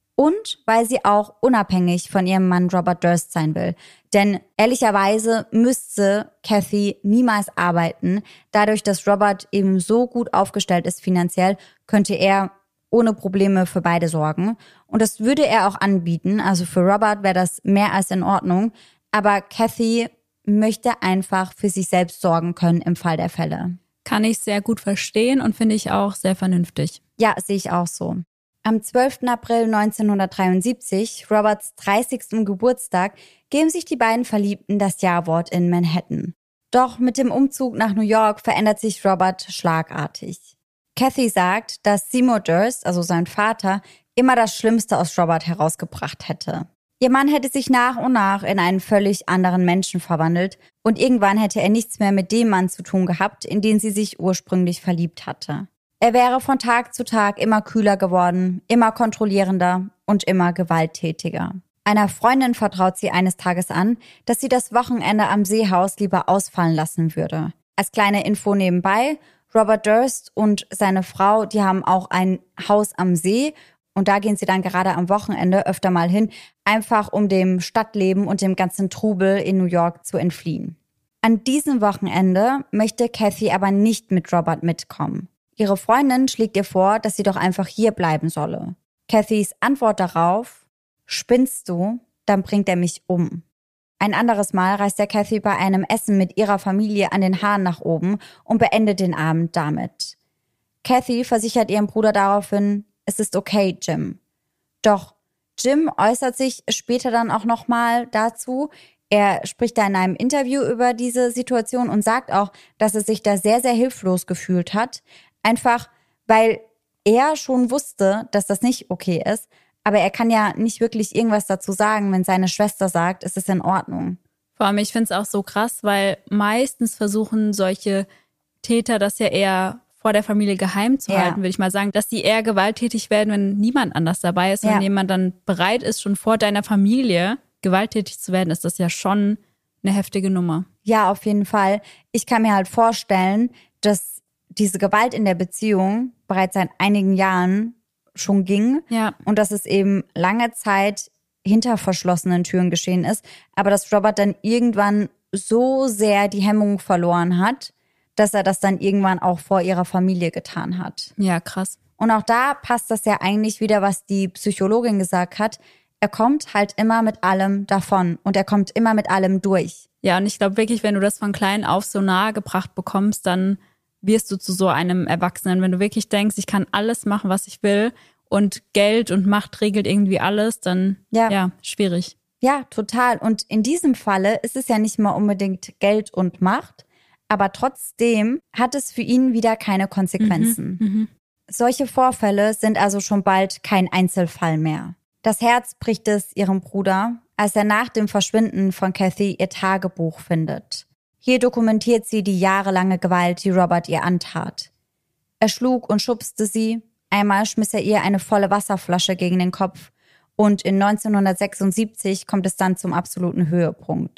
und weil sie auch unabhängig von ihrem Mann Robert Durst sein will. Denn ehrlicherweise müsste Kathy niemals arbeiten. Dadurch, dass Robert eben so gut aufgestellt ist finanziell, könnte er ohne Probleme für beide sorgen. Und das würde er auch anbieten. Also für Robert wäre das mehr als in Ordnung. Aber Kathy möchte einfach für sich selbst sorgen können im Fall der Fälle. Kann ich sehr gut verstehen und finde ich auch sehr vernünftig. Ja, sehe ich auch so. Am zwölften April neunzehnhundertdreiundsiebzig, Roberts dreißigsten Geburtstag, geben sich die beiden Verliebten das Ja-Wort in Manhattan. Doch mit dem Umzug nach New York verändert sich Robert schlagartig. Kathy sagt, dass Seymour Durst, also sein Vater, immer das Schlimmste aus Robert herausgebracht hätte. Ihr Mann hätte sich nach und nach in einen völlig anderen Menschen verwandelt und irgendwann hätte er nichts mehr mit dem Mann zu tun gehabt, in den sie sich ursprünglich verliebt hatte. Er wäre von Tag zu Tag immer kühler geworden, immer kontrollierender und immer gewalttätiger. Einer Freundin vertraut sie eines Tages an, dass sie das Wochenende am Seehaus lieber ausfallen lassen würde. Als kleine Info nebenbei, Robert Durst und seine Frau, die haben auch ein Haus am See und da gehen sie dann gerade am Wochenende öfter mal hin, einfach um dem Stadtleben und dem ganzen Trubel in New York zu entfliehen. An diesem Wochenende möchte Kathy aber nicht mit Robert mitkommen. Ihre Freundin schlägt ihr vor, dass sie doch einfach hier bleiben solle. Kathys Antwort darauf: Spinnst du? Dann bringt er mich um. Ein anderes Mal reißt er Kathy bei einem Essen mit ihrer Familie an den Haaren nach oben und beendet den Abend damit. Kathy versichert ihrem Bruder daraufhin, es ist okay, Jim. Doch Jim äußert sich später dann auch nochmal dazu. Er spricht da in einem Interview über diese Situation und sagt auch, dass er sich da sehr, sehr hilflos gefühlt hat. Einfach, weil er schon wusste, dass das nicht okay ist. Aber er kann ja nicht wirklich irgendwas dazu sagen, wenn seine Schwester sagt, es ist in Ordnung. Vor allem, ich finde es auch so krass, weil meistens versuchen solche Täter das ja eher vor der Familie geheim zu Ja. halten, würde ich mal sagen. Dass die eher gewalttätig werden, wenn niemand anders dabei ist. Ja. Wenn jemand dann bereit ist, schon vor deiner Familie gewalttätig zu werden, ist das ja schon eine heftige Nummer. Ja, auf jeden Fall. Ich kann mir halt vorstellen, dass diese Gewalt in der Beziehung bereits seit einigen Jahren schon ging. Ja. Und dass es eben lange Zeit hinter verschlossenen Türen geschehen ist. Aber dass Robert dann irgendwann so sehr die Hemmung verloren hat, dass er das dann irgendwann auch vor ihrer Familie getan hat. Ja, krass. Und auch da passt das ja eigentlich wieder, was die Psychologin gesagt hat. Er kommt halt immer mit allem davon und er kommt immer mit allem durch. Ja, und ich glaube wirklich, wenn du das von klein auf so nahe gebracht bekommst, dann wirst du zu so einem Erwachsenen. Wenn du wirklich denkst, ich kann alles machen, was ich will und Geld und Macht regelt irgendwie alles, dann Ja. ja, schwierig. Ja, total. Und in diesem Falle ist es ja nicht mal unbedingt Geld und Macht, aber trotzdem hat es für ihn wieder keine Konsequenzen. Mhm, mhm. Solche Vorfälle sind also schon bald kein Einzelfall mehr. Das Herz bricht es ihrem Bruder, als er nach dem Verschwinden von Kathy ihr Tagebuch findet. Hier dokumentiert sie die jahrelange Gewalt, die Robert ihr antat. Er schlug und schubste sie, einmal schmiss er ihr eine volle Wasserflasche gegen den Kopf und in neunzehnhundertsechsundsiebzig kommt es dann zum absoluten Höhepunkt.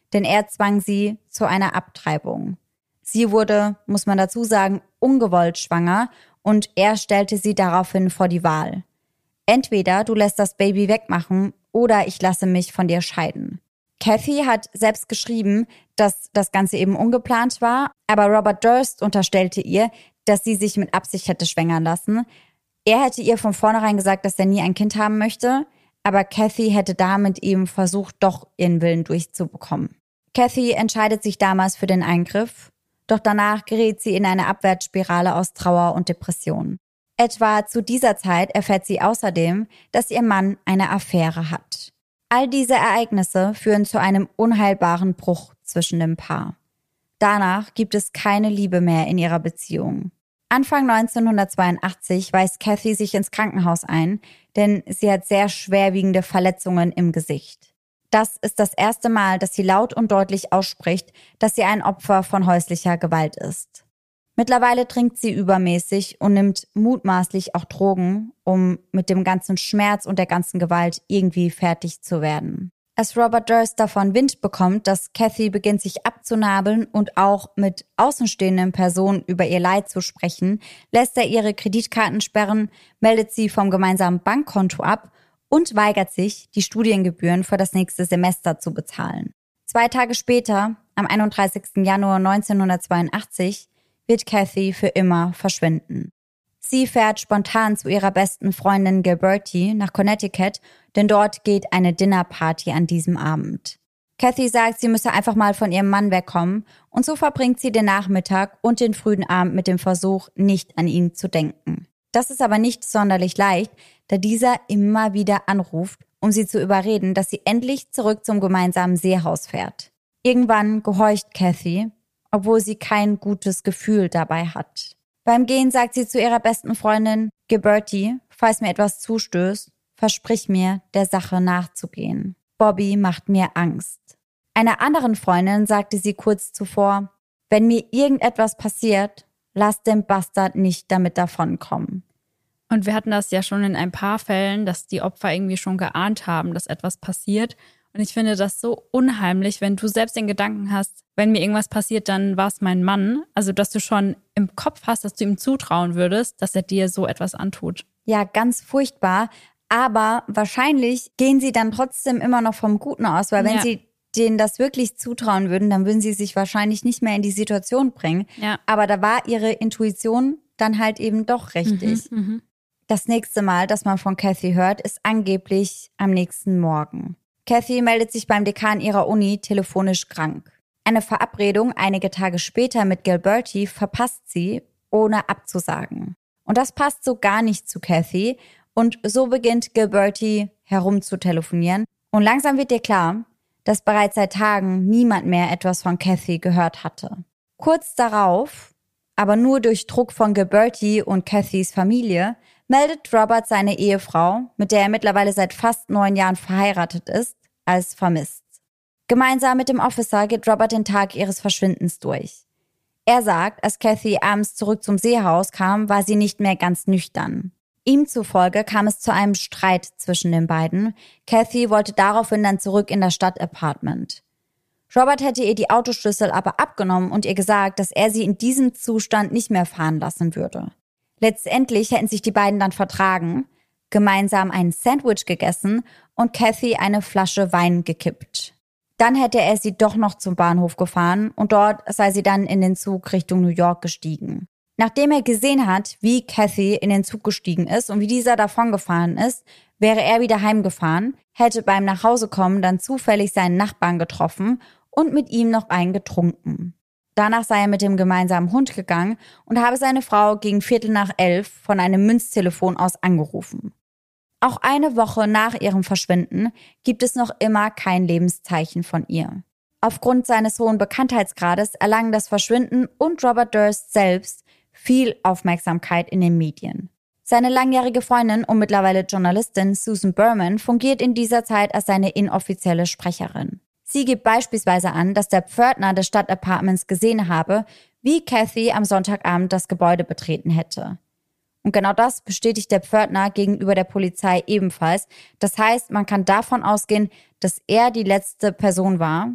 denn er zwang sie zu einer Abtreibung. Sie wurde, muss man dazu sagen, ungewollt schwanger und er stellte sie daraufhin vor die Wahl. Entweder du lässt das Baby wegmachen oder ich lasse mich von dir scheiden. Kathy hat selbst geschrieben, dass das Ganze eben ungeplant war, aber Robert Durst unterstellte ihr, dass sie sich mit Absicht hätte schwängern lassen. Er hätte ihr von vornherein gesagt, dass er nie ein Kind haben möchte, aber Kathy hätte damit eben versucht, doch ihren Willen durchzubekommen. Kathy entscheidet sich damals für den Eingriff, doch danach gerät sie in eine Abwärtsspirale aus Trauer und Depression. Etwa zu dieser Zeit erfährt sie außerdem, dass ihr Mann eine Affäre hat. All diese Ereignisse führen zu einem unheilbaren Bruch zwischen dem Paar. Danach gibt es keine Liebe mehr in ihrer Beziehung. Anfang neunzehnhundertzweiundachtzig weist Kathy sich ins Krankenhaus ein, denn sie hat sehr schwerwiegende Verletzungen im Gesicht. Das ist das erste Mal, dass sie laut und deutlich ausspricht, dass sie ein Opfer von häuslicher Gewalt ist. Mittlerweile trinkt sie übermäßig und nimmt mutmaßlich auch Drogen, um mit dem ganzen Schmerz und der ganzen Gewalt irgendwie fertig zu werden. Als Robert Durst davon Wind bekommt, dass Kathy beginnt, sich abzunabeln und auch mit außenstehenden Personen über ihr Leid zu sprechen, lässt er ihre Kreditkarten sperren, meldet sie vom gemeinsamen Bankkonto ab und weigert sich, die Studiengebühren für das nächste Semester zu bezahlen. Zwei Tage später, am einunddreißigsten Januar neunzehnhundertzweiundachtzig, wird Kathy für immer verschwinden. Sie fährt spontan zu ihrer besten Freundin Gilberty nach Connecticut, denn dort geht eine Dinnerparty an diesem Abend. Kathy sagt, sie müsse einfach mal von ihrem Mann wegkommen und so verbringt sie den Nachmittag und den frühen Abend mit dem Versuch, nicht an ihn zu denken. Das ist aber nicht sonderlich leicht, da dieser immer wieder anruft, um sie zu überreden, dass sie endlich zurück zum gemeinsamen Seehaus fährt. Irgendwann gehorcht Kathy, obwohl sie kein gutes Gefühl dabei hat. Beim Gehen sagt sie zu ihrer besten Freundin Gilberty, falls mir etwas zustößt, versprich mir, der Sache nachzugehen. Bobby macht mir Angst. Einer anderen Freundin sagte sie kurz zuvor, wenn mir irgendetwas passiert, lass den Bastard nicht damit davonkommen. Und wir hatten das ja schon in ein paar Fällen, dass die Opfer irgendwie schon geahnt haben, dass etwas passiert. Und ich finde das so unheimlich, wenn du selbst den Gedanken hast, wenn mir irgendwas passiert, dann war es mein Mann. Also, dass du schon im Kopf hast, dass du ihm zutrauen würdest, dass er dir so etwas antut. Ja, ganz furchtbar. Aber wahrscheinlich gehen sie dann trotzdem immer noch vom Guten aus, weil wenn ja. sie denen das wirklich zutrauen würden, dann würden sie sich wahrscheinlich nicht mehr in die Situation bringen. Ja. Aber da war ihre Intuition dann halt eben doch richtig. Mhm, mh. Das nächste Mal, dass man von Kathy hört, ist angeblich am nächsten Morgen. Kathy meldet sich beim Dekan ihrer Uni telefonisch krank. Eine Verabredung einige Tage später mit Gilberty verpasst sie, ohne abzusagen. Und das passt so gar nicht zu Kathy. Und so beginnt Gilberty herumzutelefonieren. Und langsam wird ihr klar, dass bereits seit Tagen niemand mehr etwas von Kathy gehört hatte. Kurz darauf, aber nur durch Druck von Gilberty und Kathys Familie, meldet Robert seine Ehefrau, mit der er mittlerweile seit fast neun Jahren verheiratet ist, als vermisst. Gemeinsam mit dem Officer geht Robert den Tag ihres Verschwindens durch. Er sagt, als Kathy abends zurück zum Seehaus kam, war sie nicht mehr ganz nüchtern. Ihm zufolge kam es zu einem Streit zwischen den beiden. Kathy wollte daraufhin dann zurück in das Stadtapartment. Robert hätte ihr die Autoschlüssel aber abgenommen und ihr gesagt, dass er sie in diesem Zustand nicht mehr fahren lassen würde. Letztendlich hätten sich die beiden dann vertragen, gemeinsam ein Sandwich gegessen und Kathy eine Flasche Wein gekippt. Dann hätte er sie doch noch zum Bahnhof gefahren und dort sei sie dann in den Zug Richtung New York gestiegen. Nachdem er gesehen hat, wie Kathy in den Zug gestiegen ist und wie dieser davongefahren ist, wäre er wieder heimgefahren, hätte beim Nachhausekommen dann zufällig seinen Nachbarn getroffen und mit ihm noch einen getrunken. Danach sei er mit dem gemeinsamen Hund gegangen und habe seine Frau gegen Viertel nach elf von einem Münztelefon aus angerufen. Auch eine Woche nach ihrem Verschwinden gibt es noch immer kein Lebenszeichen von ihr. Aufgrund seines hohen Bekanntheitsgrades erlangen das Verschwinden und Robert Durst selbst viel Aufmerksamkeit in den Medien. Seine langjährige Freundin und mittlerweile Journalistin Susan Berman fungiert in dieser Zeit als seine inoffizielle Sprecherin. Sie gibt beispielsweise an, dass der Pförtner des Stadtapartments gesehen habe, wie Kathy am Sonntagabend das Gebäude betreten hätte. Und genau das bestätigt der Pförtner gegenüber der Polizei ebenfalls. Das heißt, man kann davon ausgehen, dass er die letzte Person war,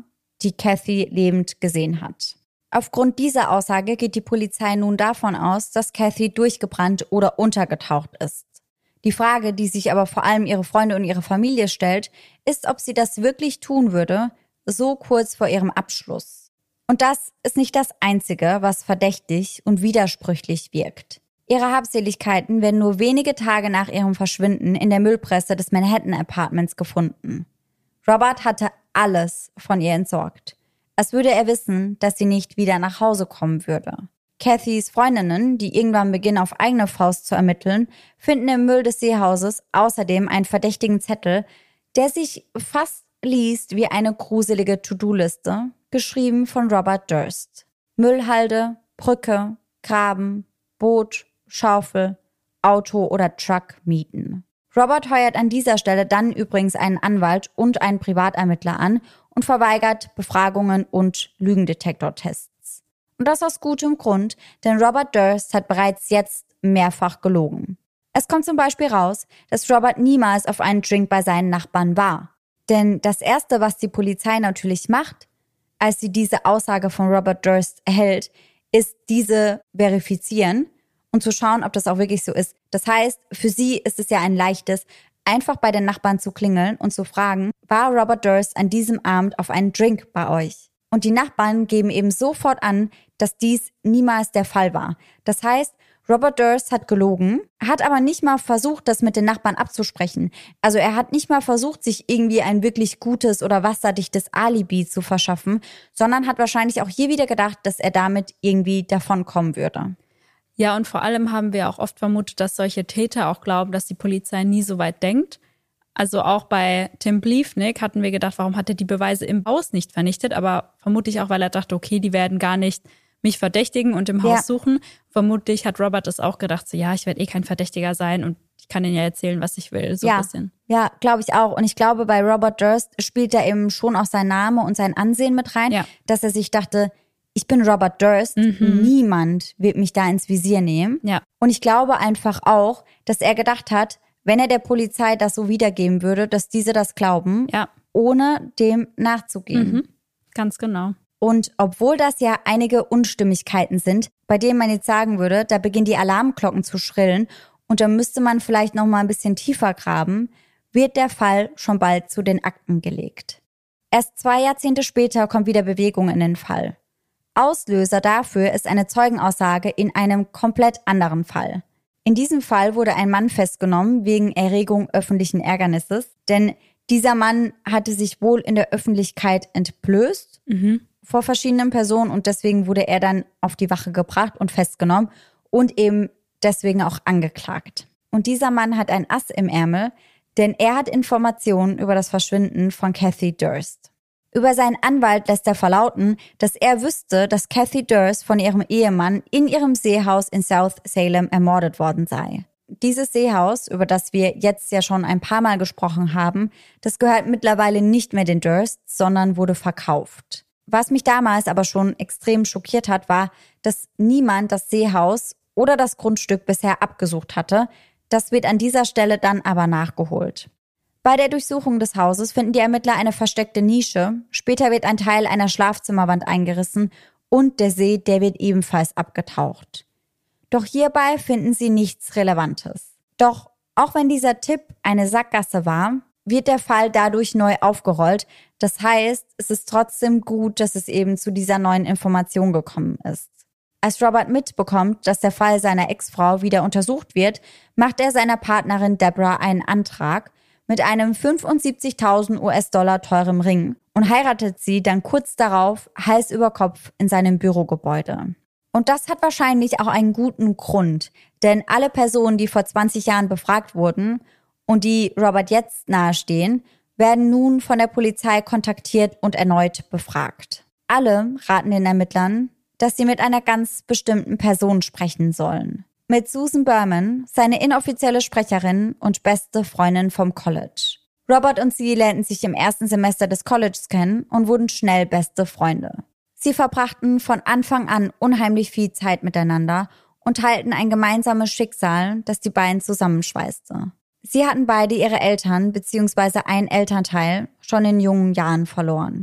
die Kathy lebend gesehen hat. Aufgrund dieser Aussage geht die Polizei nun davon aus, dass Kathy durchgebrannt oder untergetaucht ist. Die Frage, die sich aber vor allem ihre Freunde und ihre Familie stellt, ist, ob sie das wirklich tun würde, so kurz vor ihrem Abschluss. Und das ist nicht das Einzige, was verdächtig und widersprüchlich wirkt. Ihre Habseligkeiten werden nur wenige Tage nach ihrem Verschwinden in der Müllpresse des Manhattan Apartments gefunden. Robert hatte alles von ihr entsorgt. Als würde er wissen, dass sie nicht wieder nach Hause kommen würde. Kathys Freundinnen, die irgendwann beginnen, auf eigene Faust zu ermitteln, finden im Müll des Seehauses außerdem einen verdächtigen Zettel, der sich fast liest wie eine gruselige To-Do-Liste, geschrieben von Robert Durst. Müllhalde, Brücke, Graben, Boot, Schaufel, Auto oder Truck mieten. Robert heuert an dieser Stelle dann übrigens einen Anwalt und einen Privatermittler an und verweigert Befragungen und Lügendetektortests. Und das aus gutem Grund, denn Robert Durst hat bereits jetzt mehrfach gelogen. Es kommt zum Beispiel raus, dass Robert niemals auf einen Drink bei seinen Nachbarn war. Denn das Erste, was die Polizei natürlich macht, als sie diese Aussage von Robert Durst erhält, ist diese verifizieren und zu schauen, ob das auch wirklich so ist. Das heißt, für sie ist es ja ein leichtes, einfach bei den Nachbarn zu klingeln und zu fragen, war Robert Durst an diesem Abend auf einen Drink bei euch? Und die Nachbarn geben eben sofort an, dass dies niemals der Fall war. Das heißt, Robert Durst hat gelogen, hat aber nicht mal versucht, das mit den Nachbarn abzusprechen. Also er hat nicht mal versucht, sich irgendwie ein wirklich gutes oder wasserdichtes Alibi zu verschaffen, sondern hat wahrscheinlich auch hier wieder gedacht, dass er damit irgendwie davonkommen würde. Ja, und vor allem haben wir auch oft vermutet, dass solche Täter auch glauben, dass die Polizei nie so weit denkt. Also auch bei Tim Bliefnick hatten wir gedacht, warum hat er die Beweise im Haus nicht vernichtet? Aber vermutlich auch, weil er dachte, okay, die werden gar nicht mich verdächtigen und im Haus ja. suchen. Vermutlich hat Robert das auch gedacht, so ja, ich werde eh kein Verdächtiger sein und ich kann ihnen ja erzählen, was ich will, so ja. ein bisschen. Ja, glaube ich auch. Und ich glaube, bei Robert Durst spielt da eben schon auch sein Name und sein Ansehen mit rein, ja. dass er sich dachte, ich bin Robert Durst, mhm. niemand wird mich da ins Visier nehmen. Ja. Und ich glaube einfach auch, dass er gedacht hat, wenn er der Polizei das so wiedergeben würde, dass diese das glauben, ja. ohne dem nachzugehen. Mhm. Ganz genau. Und obwohl das ja einige Unstimmigkeiten sind, bei denen man jetzt sagen würde, da beginnen die Alarmglocken zu schrillen und da müsste man vielleicht noch mal ein bisschen tiefer graben, wird der Fall schon bald zu den Akten gelegt. Erst zwei Jahrzehnte später kommt wieder Bewegung in den Fall. Auslöser dafür ist eine Zeugenaussage in einem komplett anderen Fall. In diesem Fall wurde ein Mann festgenommen wegen Erregung öffentlichen Ärgernisses, denn dieser Mann hatte sich wohl in der Öffentlichkeit entblößt mhm. vor verschiedenen Personen und deswegen wurde er dann auf die Wache gebracht und festgenommen und eben deswegen auch angeklagt. Und dieser Mann hat ein Ass im Ärmel, denn er hat Informationen über das Verschwinden von Kathy Durst. Über seinen Anwalt lässt er verlauten, dass er wüsste, dass Kathy Durst von ihrem Ehemann in ihrem Seehaus in South Salem ermordet worden sei. Dieses Seehaus, über das wir jetzt ja schon ein paar Mal gesprochen haben, das gehört mittlerweile nicht mehr den Dursts, sondern wurde verkauft. Was mich damals aber schon extrem schockiert hat, war, dass niemand das Seehaus oder das Grundstück bisher abgesucht hatte. Das wird an dieser Stelle dann aber nachgeholt. Bei der Durchsuchung des Hauses finden die Ermittler eine versteckte Nische. Später wird ein Teil einer Schlafzimmerwand eingerissen und der See, der wird ebenfalls abgetaucht. Doch hierbei finden sie nichts Relevantes. Doch auch wenn dieser Tipp eine Sackgasse war, wird der Fall dadurch neu aufgerollt. Das heißt, es ist trotzdem gut, dass es eben zu dieser neuen Information gekommen ist. Als Robert mitbekommt, dass der Fall seiner Ex-Frau wieder untersucht wird, macht er seiner Partnerin Deborah einen Antrag mit einem fünfundsiebzigtausend US-Dollar teurem Ring und heiratet sie dann kurz darauf Hals über Kopf in seinem Bürogebäude. Und das hat wahrscheinlich auch einen guten Grund, denn alle Personen, die vor zwanzig Jahren befragt wurden und die Robert jetzt nahestehen, werden nun von der Polizei kontaktiert und erneut befragt. Alle raten den Ermittlern, dass sie mit einer ganz bestimmten Person sprechen sollen. Mit Susan Berman, seine inoffizielle Sprecherin und beste Freundin vom College. Robert und sie lernten sich im ersten Semester des Colleges kennen und wurden schnell beste Freunde. Sie verbrachten von Anfang an unheimlich viel Zeit miteinander und teilten ein gemeinsames Schicksal, das die beiden zusammenschweißte. Sie hatten beide ihre Eltern bzw. einen Elternteil schon in jungen Jahren verloren.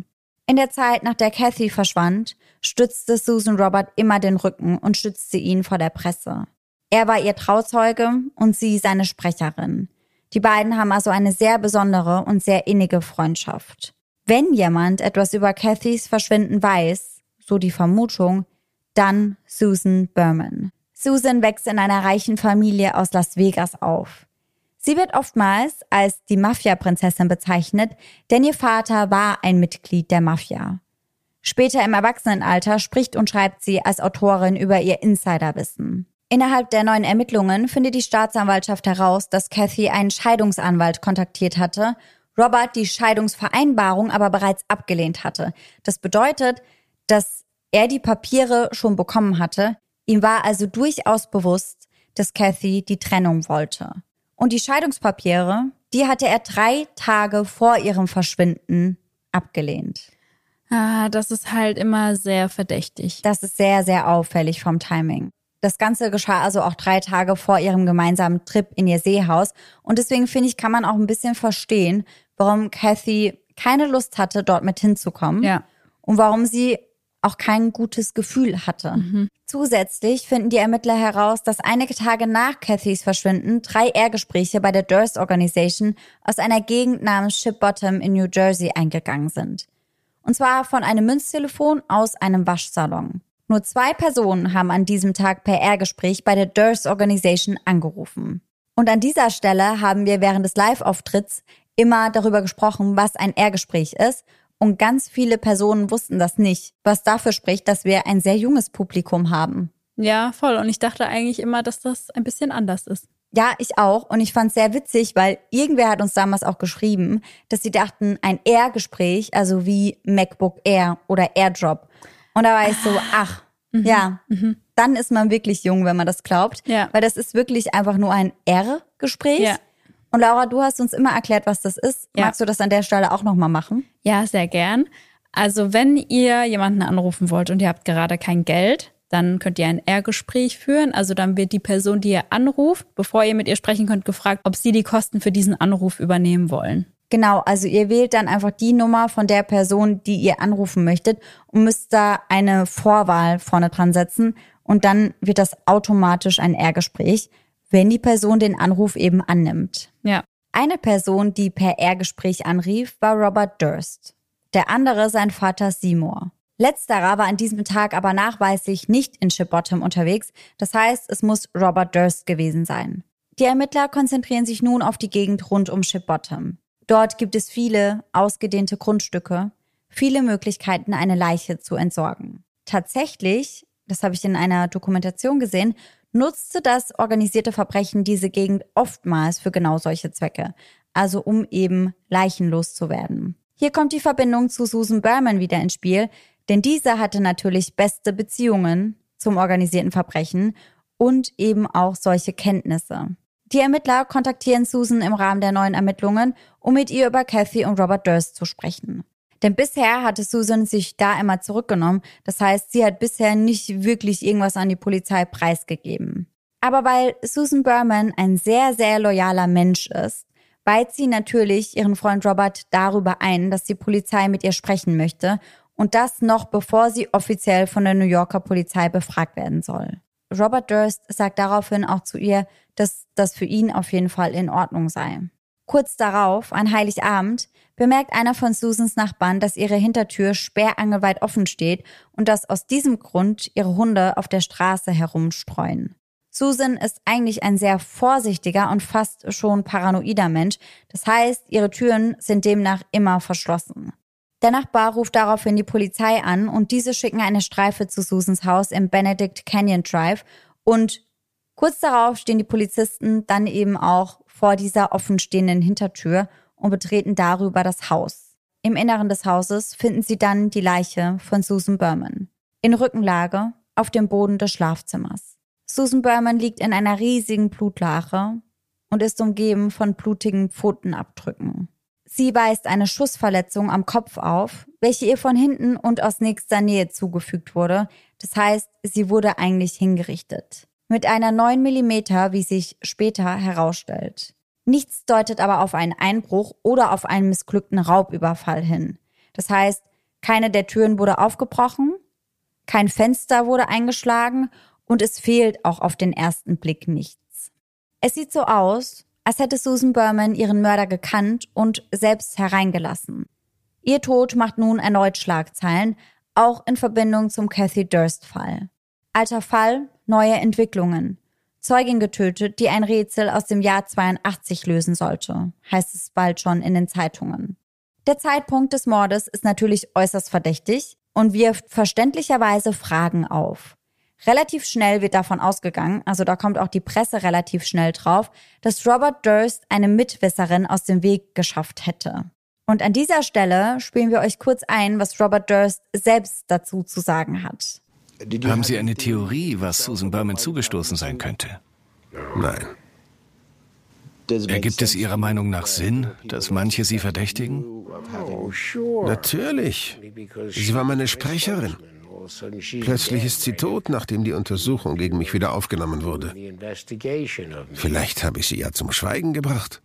In der Zeit, nach der Kathy verschwand, stützte Susan Robert immer den Rücken und schützte ihn vor der Presse. Er war ihr Trauzeuge und sie seine Sprecherin. Die beiden haben also eine sehr besondere und sehr innige Freundschaft. Wenn jemand etwas über Kathys Verschwinden weiß, so die Vermutung, dann Susan Berman. Susan wächst in einer reichen Familie aus Las Vegas auf. Sie wird oftmals als die Mafia-Prinzessin bezeichnet, denn ihr Vater war ein Mitglied der Mafia. Später im Erwachsenenalter spricht und schreibt sie als Autorin über ihr Insiderwissen. Innerhalb der neuen Ermittlungen findet die Staatsanwaltschaft heraus, dass Kathy einen Scheidungsanwalt kontaktiert hatte, Robert die Scheidungsvereinbarung aber bereits abgelehnt hatte. Das bedeutet, dass er die Papiere schon bekommen hatte. Ihm war also durchaus bewusst, dass Kathy die Trennung wollte. Und die Scheidungspapiere, die hatte er drei Tage vor ihrem Verschwinden abgelehnt. Ah, das ist halt immer sehr verdächtig. Das ist sehr, sehr auffällig vom Timing. Das Ganze geschah also auch drei Tage vor ihrem gemeinsamen Trip in ihr Seehaus. Und deswegen finde ich, kann man auch ein bisschen verstehen, warum Kathy keine Lust hatte, dort mit hinzukommen. Ja. Und warum sie auch kein gutes Gefühl hatte. Mhm. Zusätzlich finden die Ermittler heraus, dass einige Tage nach Kathys Verschwinden drei Ehrgespräche bei der Durst Organization aus einer Gegend namens Ship Bottom in New Jersey eingegangen sind. Und zwar von einem Münztelefon aus einem Waschsalon. Nur zwei Personen haben an diesem Tag per Ehrgespräch bei der Durst Organization angerufen. Und an dieser Stelle haben wir während des Live-Auftritts immer darüber gesprochen, was ein Ehrgespräch ist. Und ganz viele Personen wussten das nicht, was dafür spricht, dass wir ein sehr junges Publikum haben. Ja, voll. Und ich dachte eigentlich immer, dass das ein bisschen anders ist. Ja, ich auch. Und ich fand es sehr witzig, weil irgendwer hat uns damals auch geschrieben, dass sie dachten, ein Air-Gespräch, also wie MacBook Air oder AirDrop. Und da war ich so, ach, mhm. ja, mhm. dann ist man wirklich jung, wenn man das glaubt. Ja. Weil das ist wirklich einfach nur ein R-Gespräch. Ja. Und Laura, du hast uns immer erklärt, was das ist. Ja. Magst du das an der Stelle auch nochmal machen? Ja, sehr gern. Also wenn ihr jemanden anrufen wollt und ihr habt gerade kein Geld, dann könnt ihr ein R-Gespräch führen. Also dann wird die Person, die ihr anruft, bevor ihr mit ihr sprechen könnt, gefragt, ob sie die Kosten für diesen Anruf übernehmen wollen. Genau, also ihr wählt dann einfach die Nummer von der Person, die ihr anrufen möchtet und müsst da eine Vorwahl vorne dran setzen. Und dann wird das automatisch ein R-Gespräch, wenn die Person den Anruf eben annimmt. Ja. Eine Person, die per R-Gespräch anrief, war Robert Durst. Der andere sein Vater Seymour. Letzterer war an diesem Tag aber nachweislich nicht in Ship Bottom unterwegs. Das heißt, es muss Robert Durst gewesen sein. Die Ermittler konzentrieren sich nun auf die Gegend rund um Ship Bottom. Dort gibt es viele ausgedehnte Grundstücke, viele Möglichkeiten, eine Leiche zu entsorgen. Tatsächlich, das habe ich in einer Dokumentation gesehen, nutzte das organisierte Verbrechen diese Gegend oftmals für genau solche Zwecke, also um eben leichenlos zu werden. Hier kommt die Verbindung zu Susan Berman wieder ins Spiel, denn diese hatte natürlich beste Beziehungen zum organisierten Verbrechen und eben auch solche Kenntnisse. Die Ermittler kontaktieren Susan im Rahmen der neuen Ermittlungen, um mit ihr über Kathy und Robert Durst zu sprechen. Denn bisher hatte Susan sich da immer zurückgenommen. Das heißt, sie hat bisher nicht wirklich irgendwas an die Polizei preisgegeben. Aber weil Susan Berman ein sehr, sehr loyaler Mensch ist, weiht sie natürlich ihren Freund Robert darüber ein, dass die Polizei mit ihr sprechen möchte. Und das noch bevor sie offiziell von der New Yorker Polizei befragt werden soll. Robert Durst sagt daraufhin auch zu ihr, dass das für ihn auf jeden Fall in Ordnung sei. Kurz darauf, an Heiligabend, bemerkt einer von Susans Nachbarn, dass ihre Hintertür sperrangelweit offen steht und dass aus diesem Grund ihre Hunde auf der Straße herumstreuen. Susan ist eigentlich ein sehr vorsichtiger und fast schon paranoider Mensch. Das heißt, ihre Türen sind demnach immer verschlossen. Der Nachbar ruft daraufhin die Polizei an und diese schicken eine Streife zu Susans Haus im Benedict Canyon Drive und kurz darauf stehen die Polizisten dann eben auch vor dieser offenstehenden Hintertür und betreten darüber das Haus. Im Inneren des Hauses finden sie dann die Leiche von Susan Berman. In Rückenlage auf dem Boden des Schlafzimmers. Susan Berman liegt in einer riesigen Blutlache und ist umgeben von blutigen Pfotenabdrücken. Sie weist eine Schussverletzung am Kopf auf, welche ihr von hinten und aus nächster Nähe zugefügt wurde. Das heißt, sie wurde eigentlich hingerichtet. Mit einer neun Millimeter, wie sich später herausstellt. Nichts deutet aber auf einen Einbruch oder auf einen missglückten Raubüberfall hin. Das heißt, Keine der Türen wurde aufgebrochen, kein Fenster wurde eingeschlagen und es fehlt auch auf den ersten Blick nichts. Es sieht so aus, als hätte Susan Berman ihren Mörder gekannt und selbst hereingelassen. Ihr Tod macht nun erneut Schlagzeilen, auch in Verbindung zum Kathy Durst-Fall. Alter Fall, neue Entwicklungen. Zeugin getötet, die ein Rätsel aus dem Jahr zweiundachtzig lösen sollte, heißt es bald schon in den Zeitungen. Der Zeitpunkt des Mordes ist natürlich äußerst verdächtig und wirft verständlicherweise Fragen auf. Relativ schnell wird davon ausgegangen, also da kommt auch die Presse relativ schnell drauf, dass Robert Durst eine Mitwisserin aus dem Weg geschafft hätte. Und an dieser Stelle spielen wir euch kurz ein, was Robert Durst selbst dazu zu sagen hat. Haben Sie eine Theorie, was Susan Berman zugestoßen sein könnte? Nein. Ergibt es Ihrer Meinung nach Sinn, dass manche Sie verdächtigen? Natürlich. Sie war meine Sprecherin. Plötzlich ist sie tot, nachdem die Untersuchung gegen mich wieder aufgenommen wurde. Vielleicht habe ich sie ja zum Schweigen gebracht.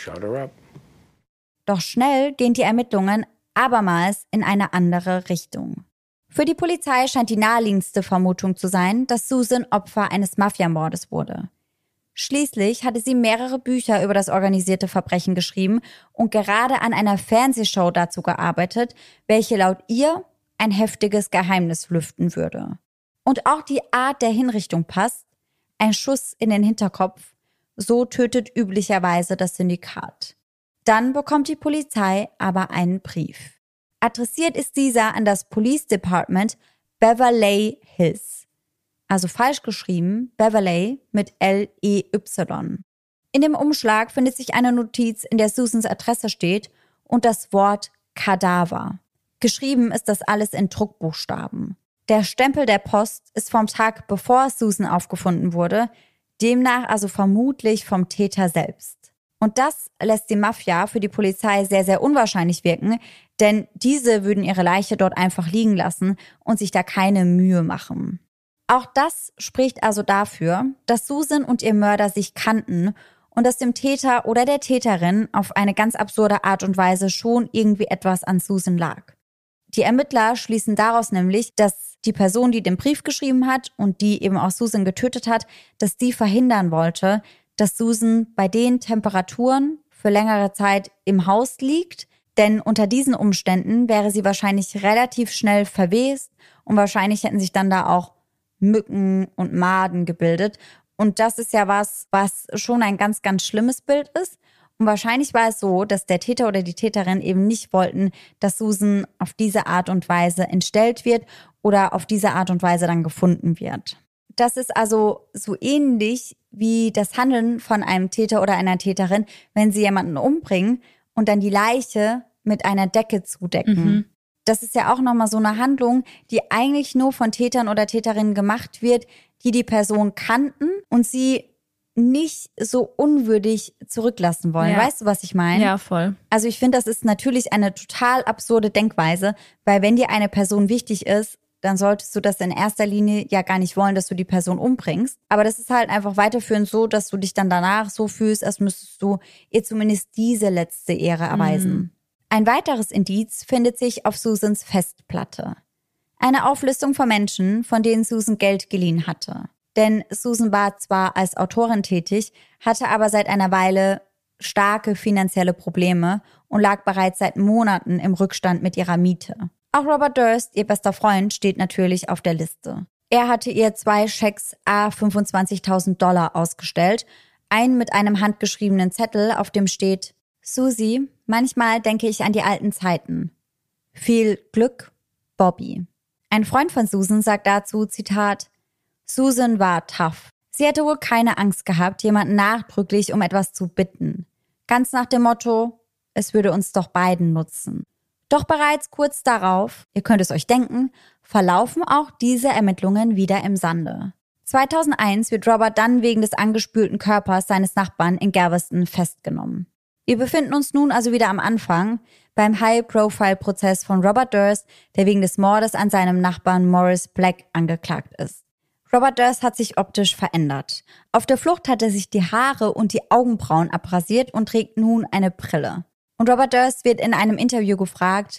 Doch schnell gehen die Ermittlungen abermals in eine andere Richtung. Für die Polizei scheint die naheliegendste Vermutung zu sein, dass Susan Opfer eines Mafiamordes wurde. Schließlich hatte sie mehrere Bücher über das organisierte Verbrechen geschrieben und gerade an einer Fernsehshow dazu gearbeitet, welche laut ihr ein heftiges Geheimnis lüften würde. Und auch die Art der Hinrichtung passt, ein Schuss in den Hinterkopf, so tötet üblicherweise das Syndikat. Dann bekommt die Polizei aber einen Brief. Adressiert ist dieser an das Police Department Beverly Hills. Also falsch geschrieben, Beverly mit L E Y. In dem Umschlag findet sich eine Notiz, in der Susans Adresse steht und das Wort Kadaver. Geschrieben ist das alles in Druckbuchstaben. Der Stempel der Post ist vom Tag, bevor Susan aufgefunden wurde, demnach also vermutlich vom Täter selbst. Und das lässt die Mafia für die Polizei sehr, sehr unwahrscheinlich wirken, denn diese würden ihre Leiche dort einfach liegen lassen und sich da keine Mühe machen. Auch das spricht also dafür, dass Susan und ihr Mörder sich kannten und dass dem Täter oder der Täterin auf eine ganz absurde Art und Weise schon irgendwie etwas an Susan lag. Die Ermittler schließen daraus nämlich, dass die Person, die den Brief geschrieben hat und die eben auch Susan getötet hat, dass die verhindern wollte, dass Susan bei den Temperaturen für längere Zeit im Haus liegt, denn unter diesen Umständen wäre sie wahrscheinlich relativ schnell verwest und wahrscheinlich hätten sich dann da auch Mücken und Maden gebildet. Und das ist ja was, was schon ein ganz, ganz schlimmes Bild ist. Und wahrscheinlich war es so, dass der Täter oder die Täterin eben nicht wollten, dass Susan auf diese Art und Weise entstellt wird oder auf diese Art und Weise dann gefunden wird. Das ist also so ähnlich wie das Handeln von einem Täter oder einer Täterin, wenn sie jemanden umbringen und dann die Leiche mit einer Decke zudecken. Mhm. Das ist ja auch nochmal so eine Handlung, die eigentlich nur von Tätern oder Täterinnen gemacht wird, die die Person kannten und sie nicht so unwürdig zurücklassen wollen. Ja. Weißt du, was ich meine? Ja, voll. Also ich finde, das ist natürlich eine total absurde Denkweise, weil wenn dir eine Person wichtig ist, dann solltest du das in erster Linie ja gar nicht wollen, dass du die Person umbringst. Aber das ist halt einfach weiterführend so, dass du dich dann danach so fühlst, als müsstest du ihr zumindest diese letzte Ehre erweisen. Mhm. Ein weiteres Indiz findet sich auf Susans Festplatte. Eine Auflistung von Menschen, von denen Susan Geld geliehen hatte. Denn Susan war zwar als Autorin tätig, hatte aber seit einer Weile starke finanzielle Probleme und lag bereits seit Monaten im Rückstand mit ihrer Miete. Auch Robert Durst, ihr bester Freund, steht natürlich auf der Liste. Er hatte ihr zwei Schecks à fünfundzwanzigtausend Dollar ausgestellt, einen mit einem handgeschriebenen Zettel, auf dem steht: Susi, manchmal denke ich an die alten Zeiten. Viel Glück, Bobby. Ein Freund von Susan sagt dazu, Zitat, Susan war tough. Sie hätte wohl keine Angst gehabt, jemanden nachdrücklich um etwas zu bitten. Ganz nach dem Motto, es würde uns doch beiden nutzen. Doch bereits kurz darauf, ihr könnt es euch denken, verlaufen auch diese Ermittlungen wieder im Sande. zweitausendeins wird Robert dann wegen des angespülten Körpers seines Nachbarn in Galveston festgenommen. Wir befinden uns nun also wieder am Anfang beim High-Profile-Prozess von Robert Durst, der wegen des Mordes an seinem Nachbarn Morris Black angeklagt ist. Robert Durst hat sich optisch verändert. Auf der Flucht hat er sich die Haare und die Augenbrauen abrasiert und trägt nun eine Brille. Und Robert Durst wird in einem Interview gefragt,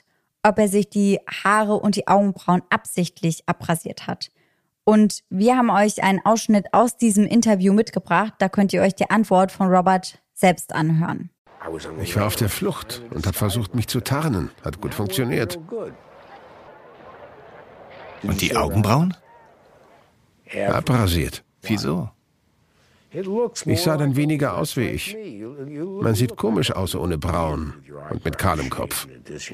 ob er sich die Haare und die Augenbrauen absichtlich abrasiert hat. Und wir haben euch einen Ausschnitt aus diesem Interview mitgebracht. Da könnt ihr euch die Antwort von Robert selbst anhören. Ich war auf der Flucht und habe versucht, mich zu tarnen. Hat gut funktioniert. Und die Augenbrauen? Abrasiert. Wieso? Ich sah dann weniger aus wie ich. Man sieht komisch aus ohne Brauen und mit kahlem Kopf.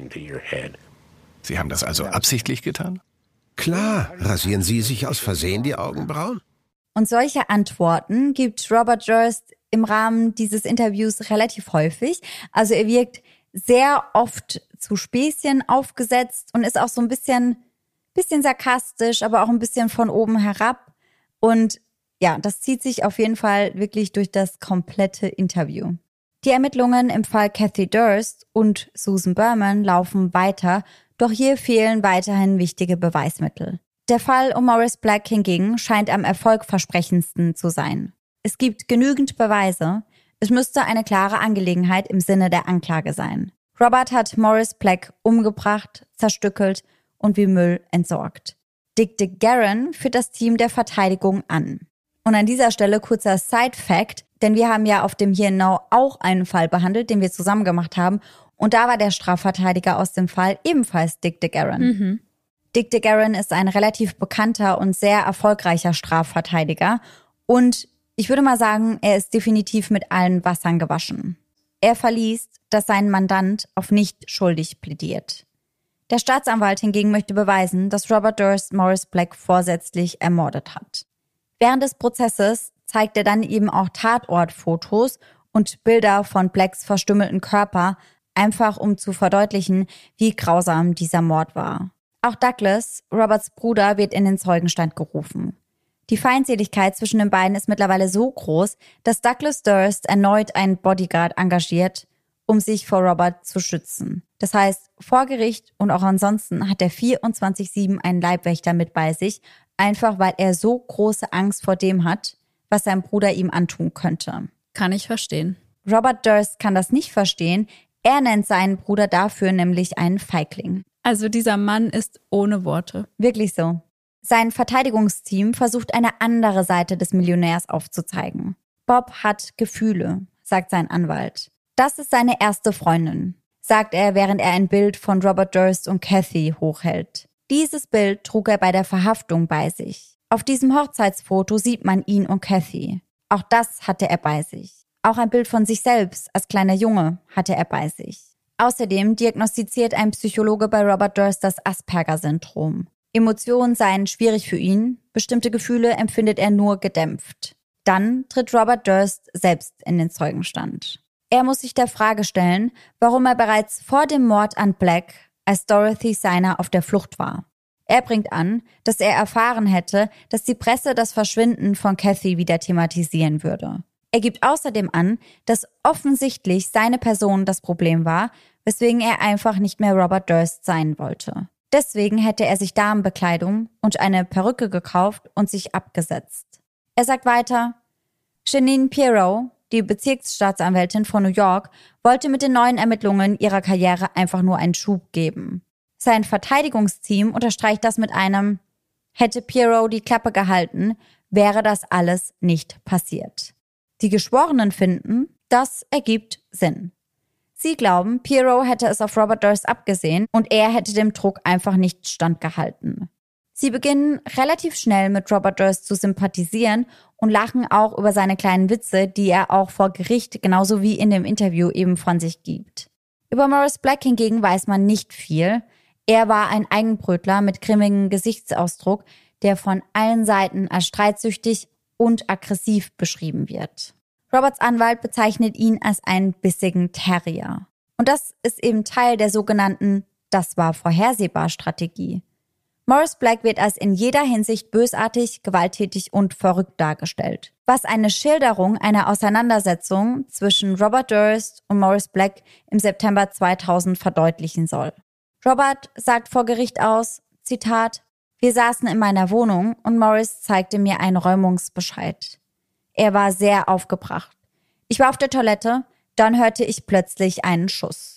Sie haben das also absichtlich getan? Klar, rasieren Sie sich aus Versehen die Augenbrauen? Und solche Antworten gibt Robert Durst im Rahmen dieses Interviews relativ häufig. Also er wirkt sehr oft zu Späßchen aufgesetzt und ist auch so ein bisschen, bisschen sarkastisch, aber auch ein bisschen von oben herab. Und ja, das zieht sich auf jeden Fall wirklich durch das komplette Interview. Die Ermittlungen im Fall Kathy Durst und Susan Berman laufen weiter, doch hier fehlen weiterhin wichtige Beweismittel. Der Fall um Morris Black hingegen scheint am erfolgversprechendsten zu sein. Es gibt genügend Beweise. Es müsste eine klare Angelegenheit im Sinne der Anklage sein. Robert hat Morris Black umgebracht, zerstückelt und wie Müll entsorgt. Dick Dick Guerin führt das Team der Verteidigung an. Und an dieser Stelle kurzer Side-Fact, denn wir haben ja auf dem Here Now auch einen Fall behandelt, den wir zusammen gemacht haben. Und da war der Strafverteidiger aus dem Fall ebenfalls Dick Dick Guerin. Mhm. Dick Dick Guerin ist ein relativ bekannter und sehr erfolgreicher Strafverteidiger. Und ich würde mal sagen, er ist definitiv mit allen Wassern gewaschen. Er verliest, dass sein Mandant auf nicht schuldig plädiert. Der Staatsanwalt hingegen möchte beweisen, dass Robert Durst Morris Black vorsätzlich ermordet hat. Während des Prozesses zeigt er dann eben auch Tatortfotos und Bilder von Blacks verstümmelten Körper, einfach um zu verdeutlichen, wie grausam dieser Mord war. Auch Douglas, Roberts Bruder, wird in den Zeugenstand gerufen. Die Feindseligkeit zwischen den beiden ist mittlerweile so groß, dass Douglas Durst erneut einen Bodyguard engagiert, um sich vor Robert zu schützen. Das heißt, vor Gericht und auch ansonsten hat er vierundzwanzig sieben einen Leibwächter mit bei sich, einfach weil er so große Angst vor dem hat, was sein Bruder ihm antun könnte. Kann ich verstehen. Robert Durst kann das nicht verstehen. Er nennt seinen Bruder dafür nämlich einen Feigling. Also dieser Mann ist ohne Worte. Wirklich so. Sein Verteidigungsteam versucht eine andere Seite des Millionärs aufzuzeigen. Bob hat Gefühle, sagt sein Anwalt. Das ist seine erste Freundin, sagt er, während er ein Bild von Robert Durst und Kathy hochhält. Dieses Bild trug er bei der Verhaftung bei sich. Auf diesem Hochzeitsfoto sieht man ihn und Kathy. Auch das hatte er bei sich. Auch ein Bild von sich selbst als kleiner Junge hatte er bei sich. Außerdem diagnostiziert ein Psychologe bei Robert Durst das Asperger-Syndrom. Emotionen seien schwierig für ihn, bestimmte Gefühle empfindet er nur gedämpft. Dann tritt Robert Durst selbst in den Zeugenstand. Er muss sich der Frage stellen, warum er bereits vor dem Mord an Black als Dorothy Siner auf der Flucht war. Er bringt an, dass er erfahren hätte, dass die Presse das Verschwinden von Kathy wieder thematisieren würde. Er gibt außerdem an, dass offensichtlich seine Person das Problem war, weswegen er einfach nicht mehr Robert Durst sein wollte. Deswegen hätte er sich Damenbekleidung und eine Perücke gekauft und sich abgesetzt. Er sagt weiter, Janine Pirro, die Bezirksstaatsanwältin von New York, wollte mit den neuen Ermittlungen ihrer Karriere einfach nur einen Schub geben. Sein Verteidigungsteam unterstreicht das mit einem, hätte Pirro die Klappe gehalten, wäre das alles nicht passiert. Die Geschworenen finden, das ergibt Sinn. Sie glauben, Pirro hätte es auf Robert Durst abgesehen und er hätte dem Druck einfach nicht standgehalten. Sie beginnen relativ schnell mit Robert Durst zu sympathisieren und lachen auch über seine kleinen Witze, die er auch vor Gericht genauso wie in dem Interview eben von sich gibt. Über Morris Black hingegen weiß man nicht viel. Er war ein Eigenbrötler mit grimmigem Gesichtsausdruck, der von allen Seiten als streitsüchtig und aggressiv beschrieben wird. Roberts Anwalt bezeichnet ihn als einen bissigen Terrier. Und das ist eben Teil der sogenannten Das war vorhersehbar Strategie. Morris Black wird als in jeder Hinsicht bösartig, gewalttätig und verrückt dargestellt. Was eine Schilderung einer Auseinandersetzung zwischen Robert Durst und Morris Black im September zweitausend verdeutlichen soll. Robert sagt vor Gericht aus, Zitat, wir saßen in meiner Wohnung und Morris zeigte mir einen Räumungsbescheid. Er war sehr aufgebracht. Ich war auf der Toilette, dann hörte ich plötzlich einen Schuss.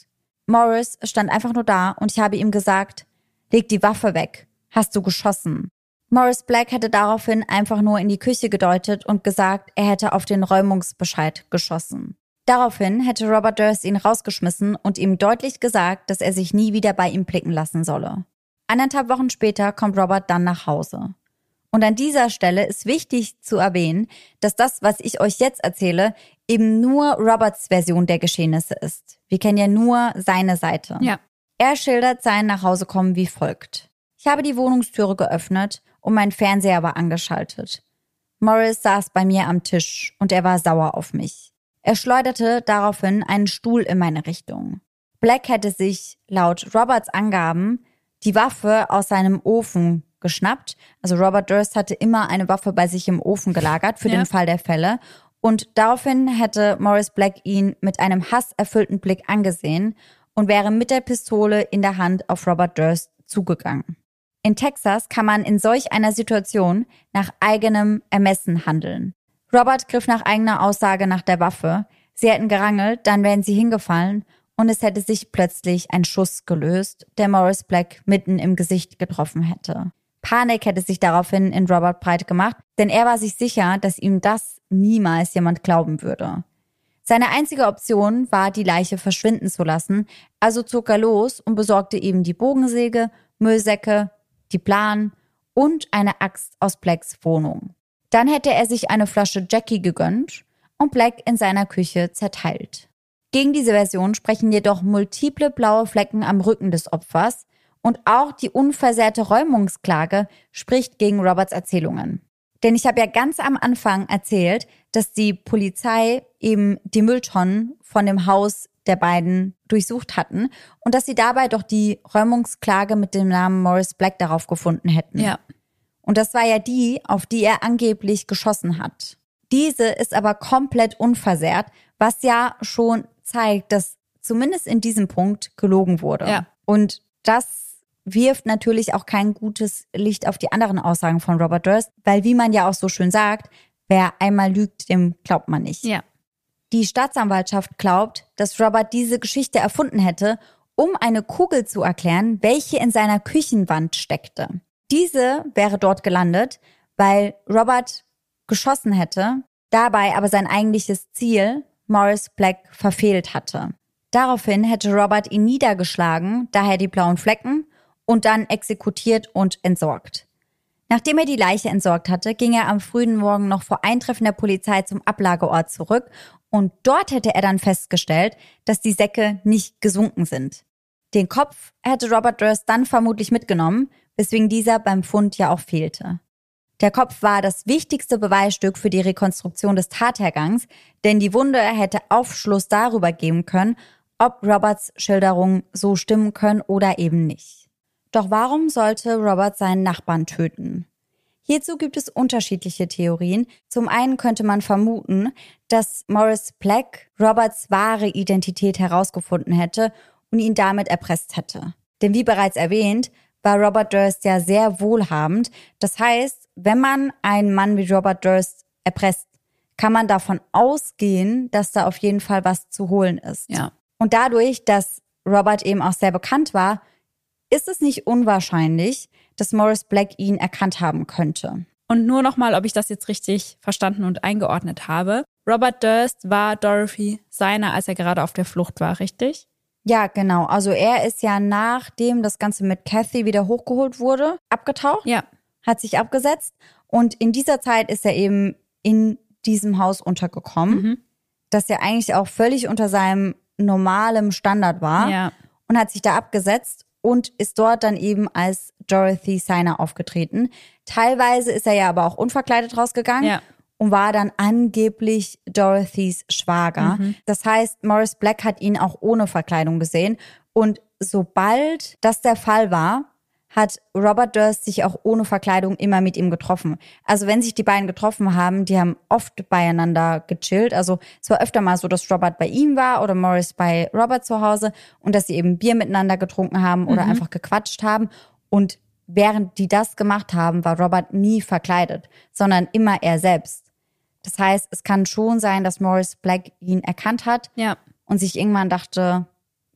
Morris stand einfach nur da und ich habe ihm gesagt, leg die Waffe weg. Hast du geschossen? Morris Black hätte daraufhin einfach nur in die Küche gedeutet und gesagt, er hätte auf den Räumungsbescheid geschossen. Daraufhin hätte Robert Durst ihn rausgeschmissen und ihm deutlich gesagt, dass er sich nie wieder bei ihm blicken lassen solle. Eineinhalb Wochen später kommt Robert dann nach Hause. Und an dieser Stelle ist wichtig zu erwähnen, dass das, was ich euch jetzt erzähle, eben nur Roberts Version der Geschehnisse ist. Wir kennen ja nur seine Seite. Ja. Er schildert sein Nachhausekommen wie folgt. Ich habe die Wohnungstüre geöffnet und mein Fernseher war angeschaltet. Morris saß bei mir am Tisch und er war sauer auf mich. Er schleuderte daraufhin einen Stuhl in meine Richtung. Black hätte sich, laut Roberts Angaben, die Waffe aus seinem Ofen geschnappt. Also Robert Durst hatte immer eine Waffe bei sich im Ofen gelagert für ja. den Fall der Fälle. Und daraufhin hätte Morris Black ihn mit einem hasserfüllten Blick angesehen und wäre mit der Pistole in der Hand auf Robert Durst zugegangen. In Texas kann man in solch einer Situation nach eigenem Ermessen handeln. Robert griff nach eigener Aussage nach der Waffe. Sie hätten gerangelt, dann wären sie hingefallen und es hätte sich plötzlich ein Schuss gelöst, der Morris Black mitten im Gesicht getroffen hätte. Panik hätte sich daraufhin in Robert breit gemacht, denn er war sich sicher, dass ihm das niemals jemand glauben würde. Seine einzige Option war, die Leiche verschwinden zu lassen, also zog er los und besorgte eben die Bogensäge, Müllsäcke, die Planen und eine Axt aus Blacks Wohnung. Dann hätte er sich eine Flasche Jackie gegönnt und Black in seiner Küche zerteilt. Gegen diese Version sprechen jedoch multiple blaue Flecken am Rücken des Opfers und auch die unversehrte Räumungsklage spricht gegen Roberts Erzählungen. Denn ich habe ja ganz am Anfang erzählt, dass die Polizei eben die Mülltonnen von dem Haus der beiden durchsucht hatten und dass sie dabei doch die Räumungsklage mit dem Namen Morris Black darauf gefunden hätten. Ja. Und das war ja die, auf die er angeblich geschossen hat. Diese ist aber komplett unversehrt, was ja schon zeigt, dass zumindest in diesem Punkt gelogen wurde. Ja. Und das wirft natürlich auch kein gutes Licht auf die anderen Aussagen von Robert Durst, weil wie man ja auch so schön sagt, wer einmal lügt, dem glaubt man nicht. Ja. Die Staatsanwaltschaft glaubt, dass Robert diese Geschichte erfunden hätte, um eine Kugel zu erklären, welche in seiner Küchenwand steckte. Diese wäre dort gelandet, weil Robert geschossen hätte, dabei aber sein eigentliches Ziel, Morris Black, verfehlt hatte. Daraufhin hätte Robert ihn niedergeschlagen, daher die blauen Flecken, und dann exekutiert und entsorgt. Nachdem er die Leiche entsorgt hatte, ging er am frühen Morgen noch vor Eintreffen der Polizei zum Ablageort zurück und dort hätte er dann festgestellt, dass die Säcke nicht gesunken sind. Den Kopf hätte Robert Durst dann vermutlich mitgenommen, weswegen dieser beim Fund ja auch fehlte. Der Kopf war das wichtigste Beweisstück für die Rekonstruktion des Tathergangs, denn die Wunde hätte Aufschluss darüber geben können, ob Roberts Schilderungen so stimmen können oder eben nicht. Doch warum sollte Robert seinen Nachbarn töten? Hierzu gibt es unterschiedliche Theorien. Zum einen könnte man vermuten, dass Morris Black Roberts wahre Identität herausgefunden hätte und ihn damit erpresst hätte. Denn wie bereits erwähnt, war Robert Durst ja sehr wohlhabend. Das heißt, wenn man einen Mann wie Robert Durst erpresst, kann man davon ausgehen, dass da auf jeden Fall was zu holen ist. Ja. Und dadurch, dass Robert eben auch sehr bekannt war, ist es nicht unwahrscheinlich, dass Morris Black ihn erkannt haben könnte. Und nur nochmal, ob ich das jetzt richtig verstanden und eingeordnet habe. Robert Durst war Dorothy seiner, als er gerade auf der Flucht war, richtig? Ja, genau. Also er ist ja, nachdem das Ganze mit Kathy wieder hochgeholt wurde, abgetaucht, ja. hat sich abgesetzt. Und in dieser Zeit ist er eben in diesem Haus untergekommen, mhm. das ja eigentlich auch völlig unter seinem normalem Standard war, ja. und hat sich da abgesetzt und ist dort dann eben als Dorothy Siner aufgetreten. Teilweise ist er ja aber auch unverkleidet rausgegangen ja. und war dann angeblich Dorothys Schwager. Mhm. Das heißt, Morris Black hat ihn auch ohne Verkleidung gesehen. Und sobald das der Fall war, hat Robert Durst sich auch ohne Verkleidung immer mit ihm getroffen. Also wenn sich die beiden getroffen haben, die haben oft beieinander gechillt. Also es war öfter mal so, dass Robert bei ihm war oder Morris bei Robert zu Hause und dass sie eben Bier miteinander getrunken haben oder mhm. einfach gequatscht haben. Und während die das gemacht haben, war Robert nie verkleidet, sondern immer er selbst. Das heißt, es kann schon sein, dass Morris Black ihn erkannt hat ja. und sich irgendwann dachte,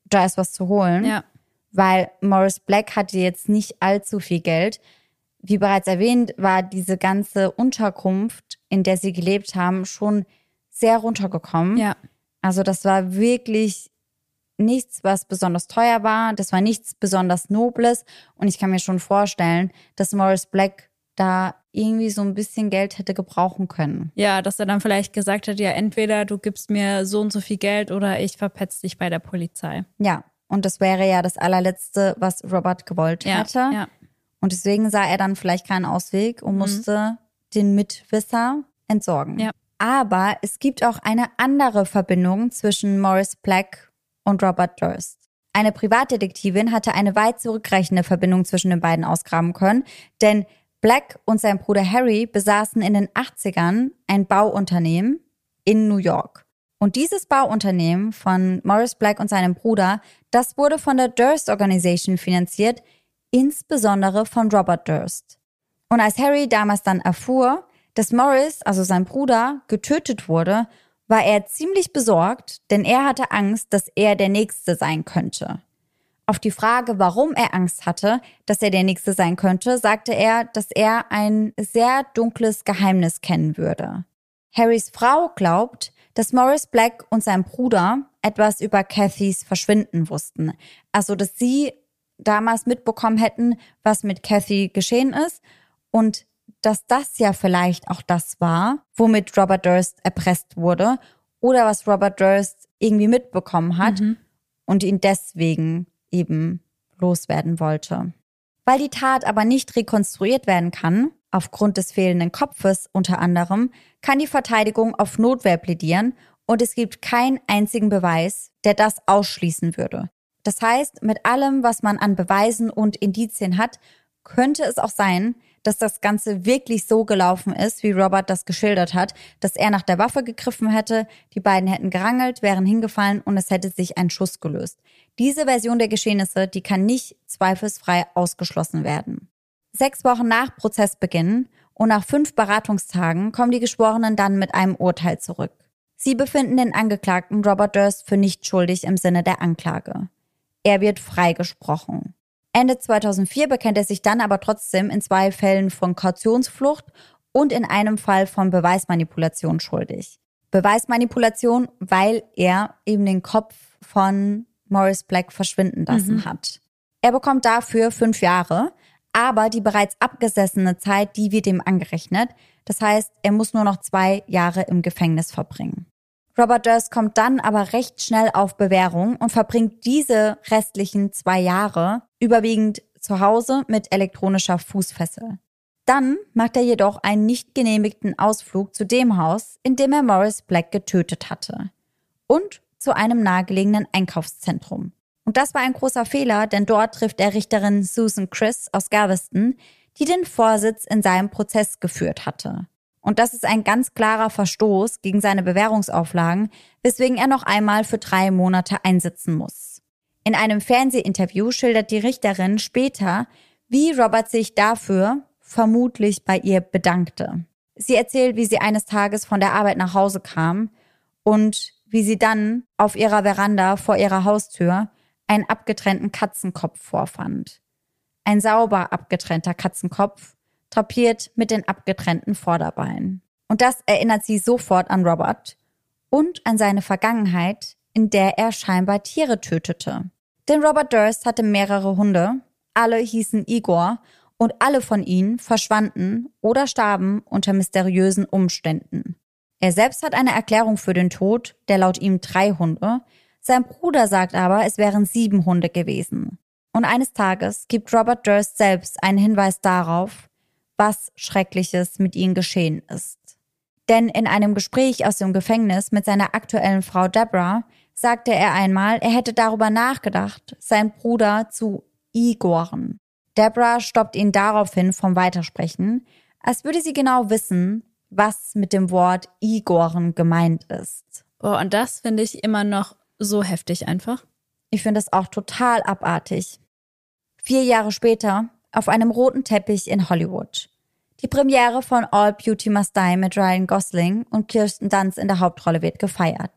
da ist was zu holen. Ja. Weil Maurice Black hatte jetzt nicht allzu viel Geld. Wie bereits erwähnt, war diese ganze Unterkunft, in der sie gelebt haben, schon sehr runtergekommen. Ja. Also das war wirklich nichts, was besonders teuer war. Das war nichts besonders Nobles. Und ich kann mir schon vorstellen, dass Maurice Black da irgendwie so ein bisschen Geld hätte gebrauchen können. Ja, dass er dann vielleicht gesagt hat, ja, entweder du gibst mir so und so viel Geld oder ich verpetz dich bei der Polizei. Ja, und das wäre ja das allerletzte, was Robert gewollt Ja, hätte. ja. Und deswegen sah er dann vielleicht keinen Ausweg und musste mhm. den Mitwisser entsorgen. Ja. Aber es gibt auch eine andere Verbindung zwischen Maurice Black und Robert Durst. Eine Privatdetektivin hatte eine weit zurückreichende Verbindung zwischen den beiden ausgraben können, denn Black und sein Bruder Harry besaßen in den achtzigern ein Bauunternehmen in New York. Und dieses Bauunternehmen von Maurice Black und seinem Bruder, das wurde von der Durst Organization finanziert, insbesondere von Robert Durst. Und als Harry damals dann erfuhr, dass Maurice, also sein Bruder, getötet wurde, war er ziemlich besorgt, denn er hatte Angst, dass er der Nächste sein könnte. Auf die Frage, warum er Angst hatte, dass er der Nächste sein könnte, sagte er, dass er ein sehr dunkles Geheimnis kennen würde. Harrys Frau glaubt, dass Maurice Black und sein Bruder etwas über Cathys Verschwinden wussten. Also, dass sie damals mitbekommen hätten, was mit Cathy geschehen ist und dass das ja vielleicht auch das war, womit Robert Durst erpresst wurde oder was Robert Durst irgendwie mitbekommen hat mhm. und ihn deswegen eben loswerden wollte. Weil die Tat aber nicht rekonstruiert werden kann, aufgrund des fehlenden Kopfes unter anderem, kann die Verteidigung auf Notwehr plädieren und es gibt keinen einzigen Beweis, der das ausschließen würde. Das heißt, mit allem, was man an Beweisen und Indizien hat, könnte es auch sein, dass das Ganze wirklich so gelaufen ist, wie Robert das geschildert hat, dass er nach der Waffe gegriffen hätte, die beiden hätten gerangelt, wären hingefallen und es hätte sich ein Schuss gelöst. Diese Version der Geschehnisse, die kann nicht zweifelsfrei ausgeschlossen werden. Sechs Wochen nach Prozessbeginn und nach fünf Beratungstagen kommen die Geschworenen dann mit einem Urteil zurück. Sie befinden den Angeklagten Robert Durst für nicht schuldig im Sinne der Anklage. Er wird freigesprochen. Ende zweitausendvier bekennt er sich dann aber trotzdem in zwei Fällen von Kautionsflucht und in einem Fall von Beweismanipulation schuldig. Beweismanipulation, weil er eben den Kopf von Maurice Black verschwinden lassen mhm. hat. Er bekommt dafür fünf Jahre, aber die bereits abgesessene Zeit, die wird ihm angerechnet. Das heißt, er muss nur noch zwei Jahre im Gefängnis verbringen. Robert Durst kommt dann aber recht schnell auf Bewährung und verbringt diese restlichen zwei Jahre überwiegend zu Hause mit elektronischer Fußfessel. Dann macht er jedoch einen nicht genehmigten Ausflug zu dem Haus, in dem er Maurice Black getötet hatte. Und zu einem nahegelegenen Einkaufszentrum. Und das war ein großer Fehler, denn dort trifft er Richterin Susan Criss aus Galveston, die den Vorsitz in seinem Prozess geführt hatte. Und das ist ein ganz klarer Verstoß gegen seine Bewährungsauflagen, weswegen er noch einmal für drei Monate einsitzen muss. In einem Fernsehinterview schildert die Richterin später, wie Robert sich dafür vermutlich bei ihr bedankte. Sie erzählt, wie sie eines Tages von der Arbeit nach Hause kam und wie sie dann auf ihrer Veranda vor ihrer Haustür einen abgetrennten Katzenkopf vorfand. Ein sauber abgetrennter Katzenkopf, drapiert mit den abgetrennten Vorderbeinen. Und das erinnert sie sofort an Robert und an seine Vergangenheit, in der er scheinbar Tiere tötete. Denn Robert Durst hatte mehrere Hunde, alle hießen Igor und alle von ihnen verschwanden oder starben unter mysteriösen Umständen. Er selbst hat eine Erklärung für den Tod, der laut ihm drei Hunde, sein Bruder sagt aber, es wären sieben Hunde gewesen. Und eines Tages gibt Robert Durst selbst einen Hinweis darauf, was Schreckliches mit ihnen geschehen ist. Denn in einem Gespräch aus dem Gefängnis mit seiner aktuellen Frau Deborah sagte er einmal, er hätte darüber nachgedacht, seinen Bruder zu Igoren. Deborah stoppt ihn daraufhin vom Weitersprechen, als würde sie genau wissen, was mit dem Wort Igoren gemeint ist. Boah, und das finde ich immer noch so heftig einfach. Ich finde es auch total abartig. Vier Jahre später auf einem roten Teppich in Hollywood. Die Premiere von All Beauty Must Die mit Ryan Gosling und Kirsten Dunst in der Hauptrolle wird gefeiert.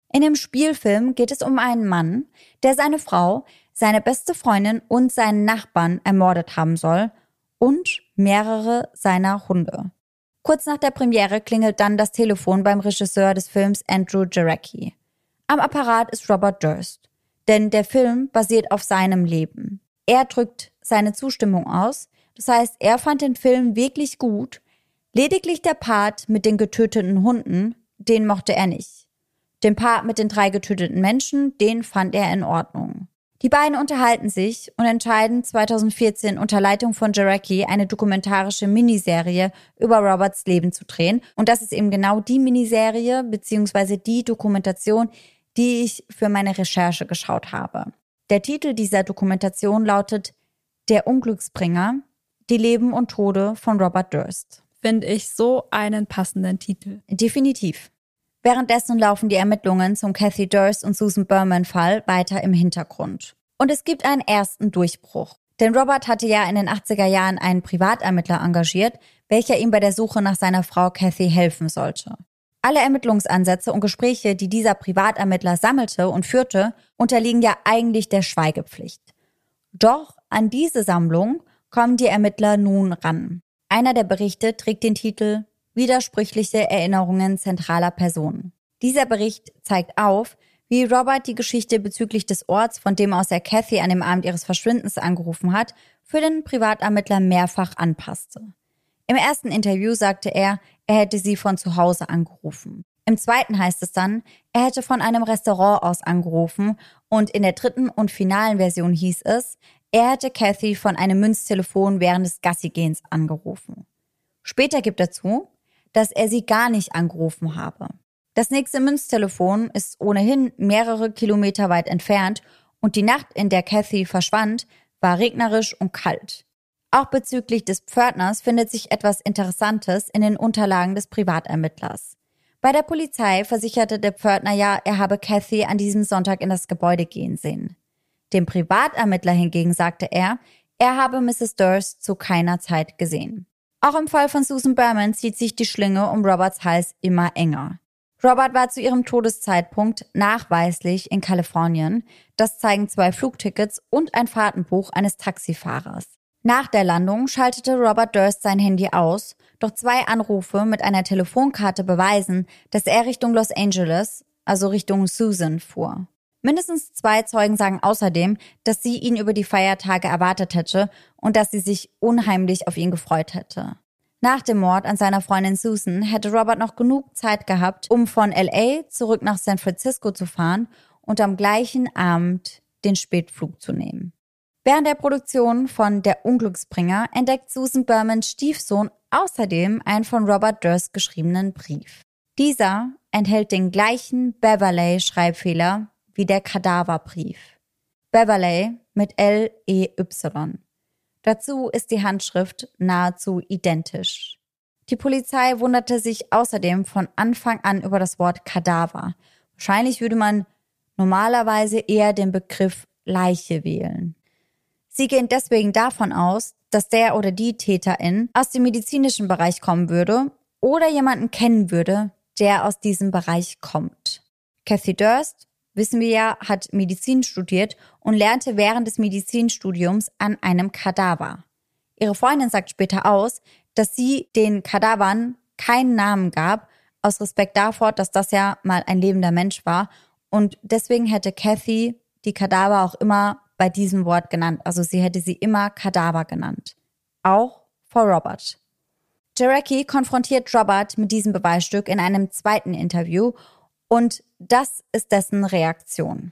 In dem Spielfilm geht es um einen Mann, der seine Frau, seine beste Freundin und seinen Nachbarn ermordet haben soll und mehrere seiner Hunde. Kurz nach der Premiere klingelt dann das Telefon beim Regisseur des Films Andrew Jarecki. Am Apparat ist Robert Durst, denn der Film basiert auf seinem Leben. Er drückt seine Zustimmung aus, das heißt, er fand den Film wirklich gut, lediglich der Part mit den getöteten Hunden, den mochte er nicht. Den Part mit den drei getöteten Menschen, den fand er in Ordnung. Die beiden unterhalten sich und entscheiden zweitausendvierzehn unter Leitung von Jarecki eine dokumentarische Miniserie über Roberts Leben zu drehen. Und das ist eben genau die Miniserie bzw. die Dokumentation, die ich für meine Recherche geschaut habe. Der Titel dieser Dokumentation lautet Der Unglücksbringer, die Leben und Tode von Robert Durst. Finde ich so einen passenden Titel. Definitiv. Währenddessen laufen die Ermittlungen zum Kathy Durst und Susan Berman-Fall weiter im Hintergrund. Und es gibt einen ersten Durchbruch. Denn Robert hatte ja in den achtziger Jahren einen Privatermittler engagiert, welcher ihm bei der Suche nach seiner Frau Kathy helfen sollte. Alle Ermittlungsansätze und Gespräche, die dieser Privatermittler sammelte und führte, unterliegen ja eigentlich der Schweigepflicht. Doch an diese Sammlung kommen die Ermittler nun ran. Einer der Berichte trägt den Titel Widersprüchliche Erinnerungen zentraler Personen. Dieser Bericht zeigt auf, wie Robert die Geschichte bezüglich des Orts, von dem aus er Kathy an dem Abend ihres Verschwindens angerufen hat, für den Privatermittler mehrfach anpasste. Im ersten Interview sagte er, er hätte sie von zu Hause angerufen. Im zweiten heißt es dann, er hätte von einem Restaurant aus angerufen und in der dritten und finalen Version hieß es, er hätte Kathy von einem Münztelefon während des Gassigehens angerufen. Später gibt er zu, dass er sie gar nicht angerufen habe. Das nächste Münztelefon ist ohnehin mehrere Kilometer weit entfernt und die Nacht, in der Kathy verschwand, war regnerisch und kalt. Auch bezüglich des Pförtners findet sich etwas Interessantes in den Unterlagen des Privatermittlers. Bei der Polizei versicherte der Pförtner ja, er habe Kathy an diesem Sonntag in das Gebäude gehen sehen. Dem Privatermittler hingegen sagte er, er habe Misses Durst zu keiner Zeit gesehen. Auch im Fall von Susan Berman zieht sich die Schlinge um Roberts Hals immer enger. Robert war zu ihrem Todeszeitpunkt nachweislich in Kalifornien. Das zeigen zwei Flugtickets und ein Fahrtenbuch eines Taxifahrers. Nach der Landung schaltete Robert Durst sein Handy aus, doch zwei Anrufe mit einer Telefonkarte beweisen, dass er Richtung Los Angeles, also Richtung Susan, fuhr. Mindestens zwei Zeugen sagen außerdem, dass sie ihn über die Feiertage erwartet hätte und dass sie sich unheimlich auf ihn gefreut hätte. Nach dem Mord an seiner Freundin Susan hätte Robert noch genug Zeit gehabt, um von L A zurück nach San Francisco zu fahren und am gleichen Abend den Spätflug zu nehmen. Während der Produktion von Der Unglücksbringer entdeckt Susan Bermans Stiefsohn außerdem einen von Robert Durst geschriebenen Brief. Dieser enthält den gleichen Beverley-Schreibfehler wie der Kadaverbrief. Beverley mit L E Y. Dazu ist die Handschrift nahezu identisch. Die Polizei wunderte sich außerdem von Anfang an über das Wort Kadaver. Wahrscheinlich würde man normalerweise eher den Begriff Leiche wählen. Sie gehen deswegen davon aus, dass der oder die Täterin aus dem medizinischen Bereich kommen würde oder jemanden kennen würde, der aus diesem Bereich kommt. Kathy Durst, wissen wir ja, hat Medizin studiert und lernte während des Medizinstudiums an einem Kadaver. Ihre Freundin sagt später aus, dass sie den Kadavern keinen Namen gab, aus Respekt davor, dass das ja mal ein lebender Mensch war. Und deswegen hätte Kathy die Kadaver auch immer bei diesem Wort genannt. Also sie hätte sie immer Kadaver genannt. Auch vor Robert. Jarecki konfrontiert Robert mit diesem Beweisstück in einem zweiten Interview und das ist dessen Reaktion.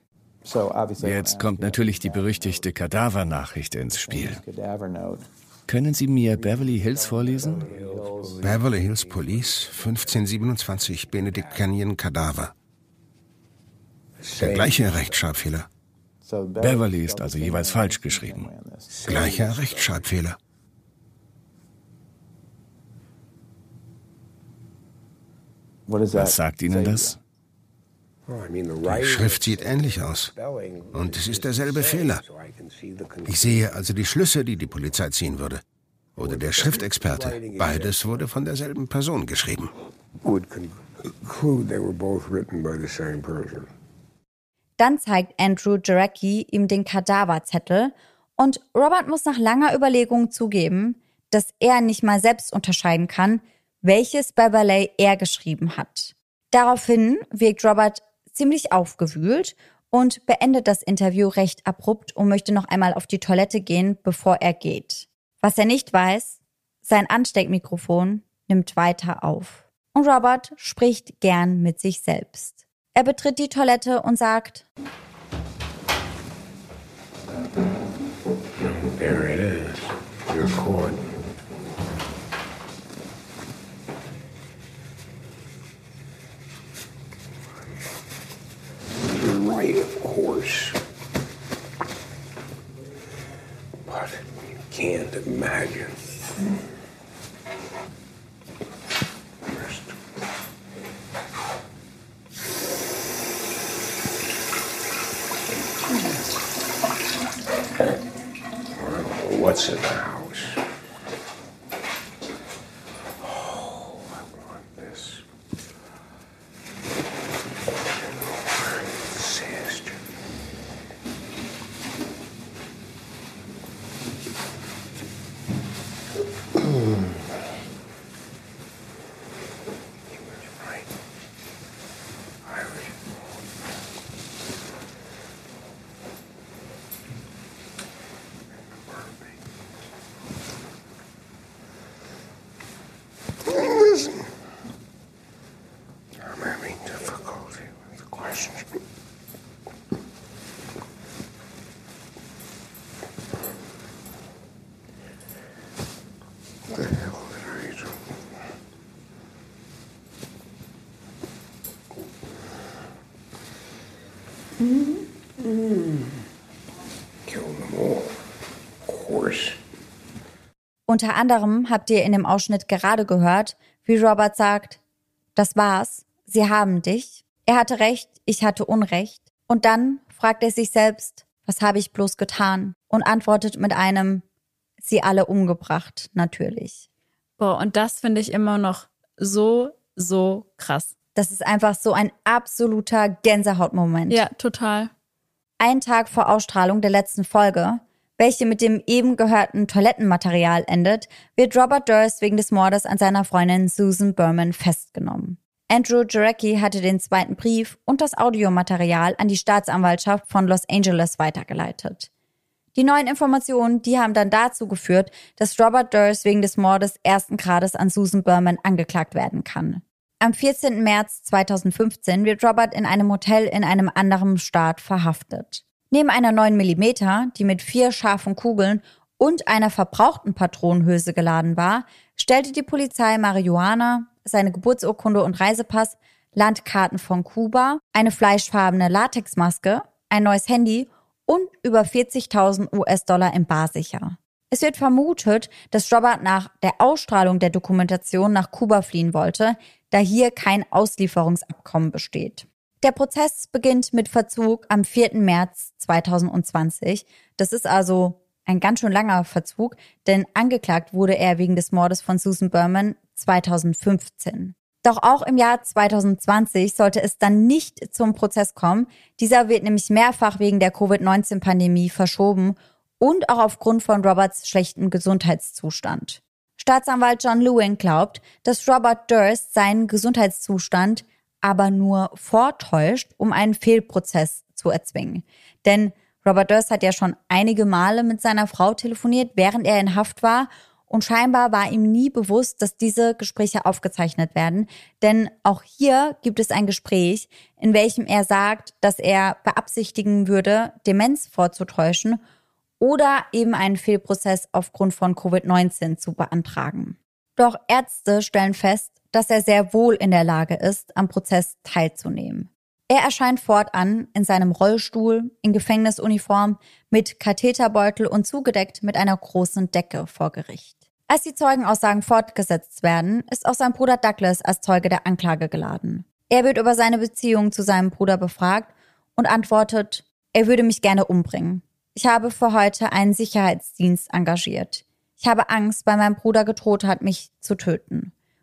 Jetzt kommt natürlich die berüchtigte Kadavernachricht ins Spiel. Können Sie mir Beverly Hills vorlesen? Beverly Hills Police, fünfzehn siebenundzwanzig Benedict Canyon Kadaver. Der gleiche Rechtschreibfehler. Beverly ist also jeweils falsch geschrieben. Gleicher Rechtschreibfehler. Was sagt Ihnen das? Die Schrift sieht ähnlich aus. Und es ist derselbe Fehler. Ich sehe also die Schlüsse, die die Polizei ziehen würde. Oder der Schriftexperte. Beides wurde von derselben Person geschrieben. clued they were both written by the same person. Dann zeigt Andrew Jarecki ihm den Kadaverzettel und Robert muss nach langer Überlegung zugeben, dass er nicht mal selbst unterscheiden kann, welches Beverley er geschrieben hat. Daraufhin wirkt Robert ziemlich aufgewühlt und beendet das Interview recht abrupt und möchte noch einmal auf die Toilette gehen, bevor er geht. Was er nicht weiß, sein Ansteckmikrofon nimmt weiter auf. Und Robert spricht gern mit sich selbst. Er betritt die Toilette und sagt: There it is. You're caught. You're right, of course. But you can't imagine. What's in the house? Oh, I want this. Disaster. He was right. I was I'm having difficulty with the questions. What the hell did I do? Mm-hmm. Mm. Kill them all. Of course. Unter anderem habt ihr in dem Ausschnitt gerade gehört, wie Robert sagt: Das war's, sie haben dich. Er hatte recht, ich hatte Unrecht. Und dann fragt er sich selbst: Was habe ich bloß getan? Und antwortet mit einem: Sie alle umgebracht, natürlich. Boah, und das finde ich immer noch so, so krass. Das ist einfach so ein absoluter Gänsehautmoment. Ja, total. Einen Tag vor Ausstrahlung der letzten Folge, welche mit dem eben gehörten Toilettenmaterial endet, wird Robert Durst wegen des Mordes an seiner Freundin Susan Berman festgenommen. Andrew Jarecki hatte den zweiten Brief und das Audiomaterial an die Staatsanwaltschaft von Los Angeles weitergeleitet. Die neuen Informationen, die haben dann dazu geführt, dass Robert Durst wegen des Mordes ersten Grades an Susan Berman angeklagt werden kann. Am vierzehnten März zweitausendfünfzehn wird Robert in einem Hotel in einem anderen Staat verhaftet. Neben einer neun Millimeter, die mit vier scharfen Kugeln und einer verbrauchten Patronenhülse geladen war, stellte die Polizei Marihuana, seine Geburtsurkunde und Reisepass, Landkarten von Kuba, eine fleischfarbene Latexmaske, ein neues Handy und über vierzigtausend US-Dollar in Bar sicher. Es wird vermutet, dass Robert nach der Ausstrahlung der Dokumentation nach Kuba fliehen wollte, da hier kein Auslieferungsabkommen besteht. Der Prozess beginnt mit Verzug am vierten März zweitausendzwanzig. Das ist also ein ganz schön langer Verzug, denn angeklagt wurde er wegen des Mordes von Susan Berman zweitausendfünfzehn. Doch auch im Jahr zweitausendzwanzig sollte es dann nicht zum Prozess kommen. Dieser wird nämlich mehrfach wegen der Covid neunzehn Pandemie verschoben und auch aufgrund von Roberts schlechtem Gesundheitszustand. Staatsanwalt John Lewin glaubt, dass Robert Durst seinen Gesundheitszustand aber nur vortäuscht, um einen Fehlprozess zu erzwingen. Denn Robert Durst hat ja schon einige Male mit seiner Frau telefoniert, während er in Haft war. Und scheinbar war ihm nie bewusst, dass diese Gespräche aufgezeichnet werden. Denn auch hier gibt es ein Gespräch, in welchem er sagt, dass er beabsichtigen würde, Demenz vorzutäuschen oder eben einen Fehlprozess aufgrund von Covid neunzehn zu beantragen. Doch Ärzte stellen fest, dass er sehr wohl in der Lage ist, am Prozess teilzunehmen. Er erscheint fortan in seinem Rollstuhl, in Gefängnisuniform, mit Katheterbeutel und zugedeckt mit einer großen Decke vor Gericht. Als die Zeugenaussagen fortgesetzt werden, ist auch sein Bruder Douglas als Zeuge der Anklage geladen. Er wird über seine Beziehung zu seinem Bruder befragt und antwortet: Er würde mich gerne umbringen. Ich habe für heute einen Sicherheitsdienst engagiert. Ich habe Angst, weil mein Bruder gedroht hat, mich zu töten.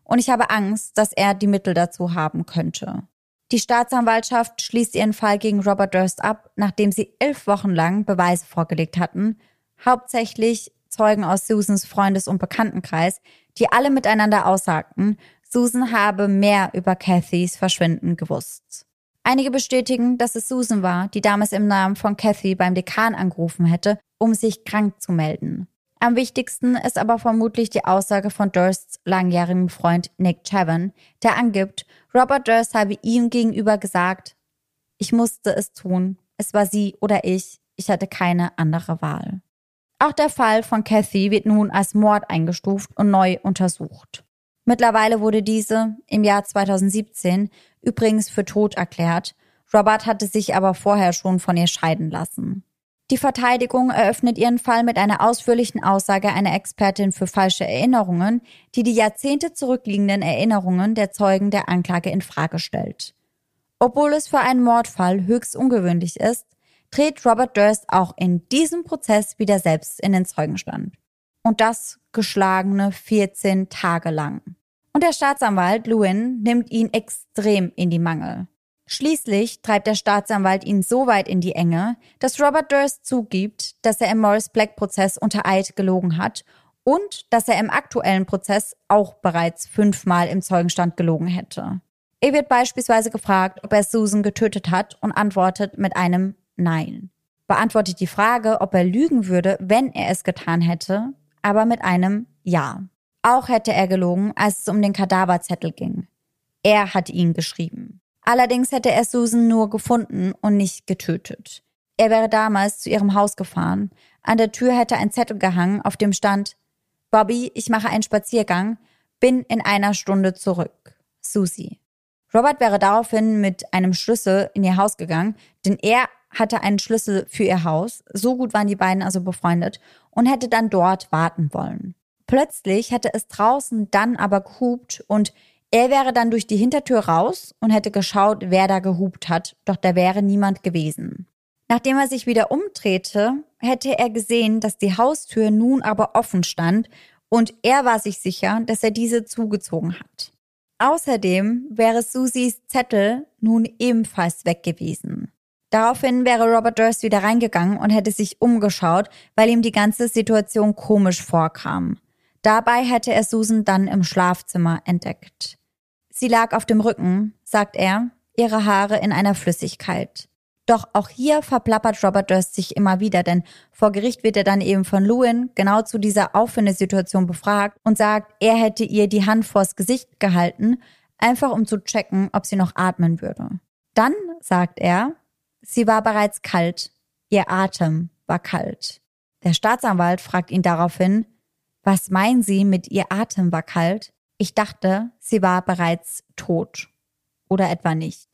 und ich habe Angst, dass er die Mittel dazu haben könnte. Die Staatsanwaltschaft schließt ihren Fall gegen Robert Durst ab, nachdem sie elf Wochen lang Beweise vorgelegt hatten, hauptsächlich Zeugen aus Susans Freundes- und Bekanntenkreis, die alle miteinander aussagten, Susan habe mehr über Cathys Verschwinden gewusst. Einige bestätigen, dass es Susan war, die damals im Namen von Cathy beim Dekan angerufen hätte, um sich krank zu melden. Am wichtigsten ist aber vermutlich die Aussage von Dursts langjährigem Freund Nick Chavin, der angibt, Robert Durst habe ihm gegenüber gesagt, ich musste es tun, es war sie oder ich, ich hatte keine andere Wahl. Auch der Fall von Cathy wird nun als Mord eingestuft und neu untersucht. Mittlerweile wurde diese im Jahr zweitausendsiebzehn übrigens für tot erklärt. Robert hatte sich aber vorher schon von ihr scheiden lassen. Die Verteidigung eröffnet ihren Fall mit einer ausführlichen Aussage einer Expertin für falsche Erinnerungen, die die Jahrzehnte zurückliegenden Erinnerungen der Zeugen der Anklage in Frage stellt. Obwohl es für einen Mordfall höchst ungewöhnlich ist, tritt Robert Durst auch in diesem Prozess wieder selbst in den Zeugenstand. Und das geschlagene vierzehn Tage lang. Und der Staatsanwalt Lewin nimmt ihn extrem in die Mangel. Schließlich treibt der Staatsanwalt ihn so weit in die Enge, dass Robert Durst zugibt, dass er im Morris Black-Prozess unter Eid gelogen hat und dass er im aktuellen Prozess auch bereits fünfmal im Zeugenstand gelogen hätte. Er wird beispielsweise gefragt, ob er Susan getötet hat und antwortet mit einem Nein. Beantwortet die Frage, ob er lügen würde, wenn er es getan hätte, aber mit einem Ja. Auch hätte er gelogen, als es um den Kadaverzettel ging. Er hat ihn geschrieben. Allerdings hätte er Susan nur gefunden und nicht getötet. Er wäre damals zu ihrem Haus gefahren. An der Tür hätte ein Zettel gehangen, auf dem stand: Bobby, ich mache einen Spaziergang, bin in einer Stunde zurück. Susie. Robert wäre daraufhin mit einem Schlüssel in ihr Haus gegangen, denn er hatte einen Schlüssel für ihr Haus. So gut waren die beiden also befreundet und hätte dann dort warten wollen. Plötzlich hätte es draußen dann aber gehupt und er wäre dann durch die Hintertür raus und hätte geschaut, wer da gehupt hat, doch da wäre niemand gewesen. Nachdem er sich wieder umdrehte, hätte er gesehen, dass die Haustür nun aber offen stand und er war sich sicher, dass er diese zugezogen hat. Außerdem wäre Susies Zettel nun ebenfalls weg gewesen. Daraufhin wäre Robert Durst wieder reingegangen und hätte sich umgeschaut, weil ihm die ganze Situation komisch vorkam. Dabei hätte er Susan dann im Schlafzimmer entdeckt. Sie lag auf dem Rücken, sagt er, ihre Haare in einer Flüssigkeit. Doch auch hier verplappert Robert Durst sich immer wieder, denn vor Gericht wird er dann eben von Lewin genau zu dieser Auffindesituation befragt und sagt, er hätte ihr die Hand vors Gesicht gehalten, einfach um zu checken, ob sie noch atmen würde. Dann sagt er, sie war bereits kalt, ihr Atem war kalt. Der Staatsanwalt fragt ihn daraufhin, was meinen Sie mit ihr Atem war kalt? Ich dachte, sie war bereits tot. Oder etwa nicht.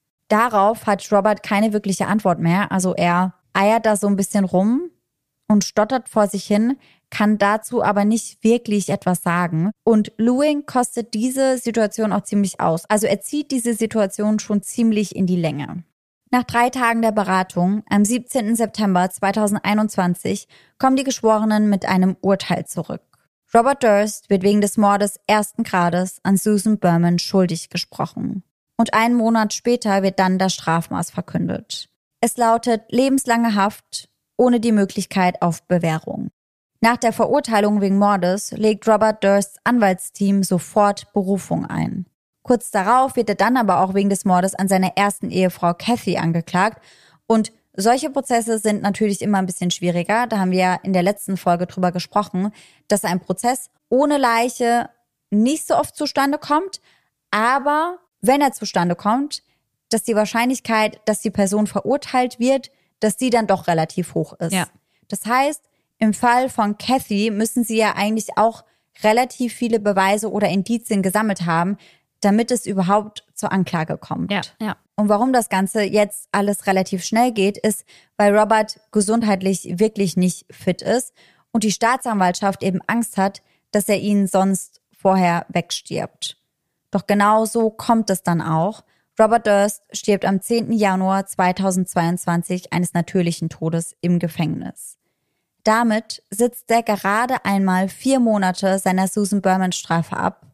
Darauf hat Robert keine wirkliche Antwort mehr, also er eiert da so ein bisschen rum und stottert vor sich hin, kann dazu aber nicht wirklich etwas sagen. Und Lewin kostet diese Situation auch ziemlich aus. Also er zieht diese Situation schon ziemlich in die Länge. Nach drei Tagen der Beratung, am siebzehnten September zweitausendeinundzwanzig, kommen die Geschworenen mit einem Urteil zurück. Robert Durst wird wegen des Mordes ersten Grades an Susan Berman schuldig gesprochen. Und einen Monat später wird dann das Strafmaß verkündet. Es lautet lebenslange Haft ohne die Möglichkeit auf Bewährung. Nach der Verurteilung wegen Mordes legt Robert Dursts Anwaltsteam sofort Berufung ein. Kurz darauf wird er dann aber auch wegen des Mordes an seiner ersten Ehefrau Cathy angeklagt. Und solche Prozesse sind natürlich immer ein bisschen schwieriger. Da haben wir ja in der letzten Folge drüber gesprochen, dass ein Prozess ohne Leiche nicht so oft zustande kommt. Aber wenn er zustande kommt, dass die Wahrscheinlichkeit, dass die Person verurteilt wird, dass die dann doch relativ hoch ist. Ja. Das heißt, im Fall von Cathy müssen sie ja eigentlich auch relativ viele Beweise oder Indizien gesammelt haben, damit es überhaupt zur Anklage kommt. Ja, ja. Und warum das Ganze jetzt alles relativ schnell geht, ist, weil Robert gesundheitlich wirklich nicht fit ist und die Staatsanwaltschaft eben Angst hat, dass er ihn sonst vorher wegstirbt. Doch genau so kommt es dann auch. Robert Durst stirbt am zehnten Januar zweitausendzweiundzwanzig eines natürlichen Todes im Gefängnis. Damit sitzt er gerade einmal vier Monate seiner Susan Berman Strafe ab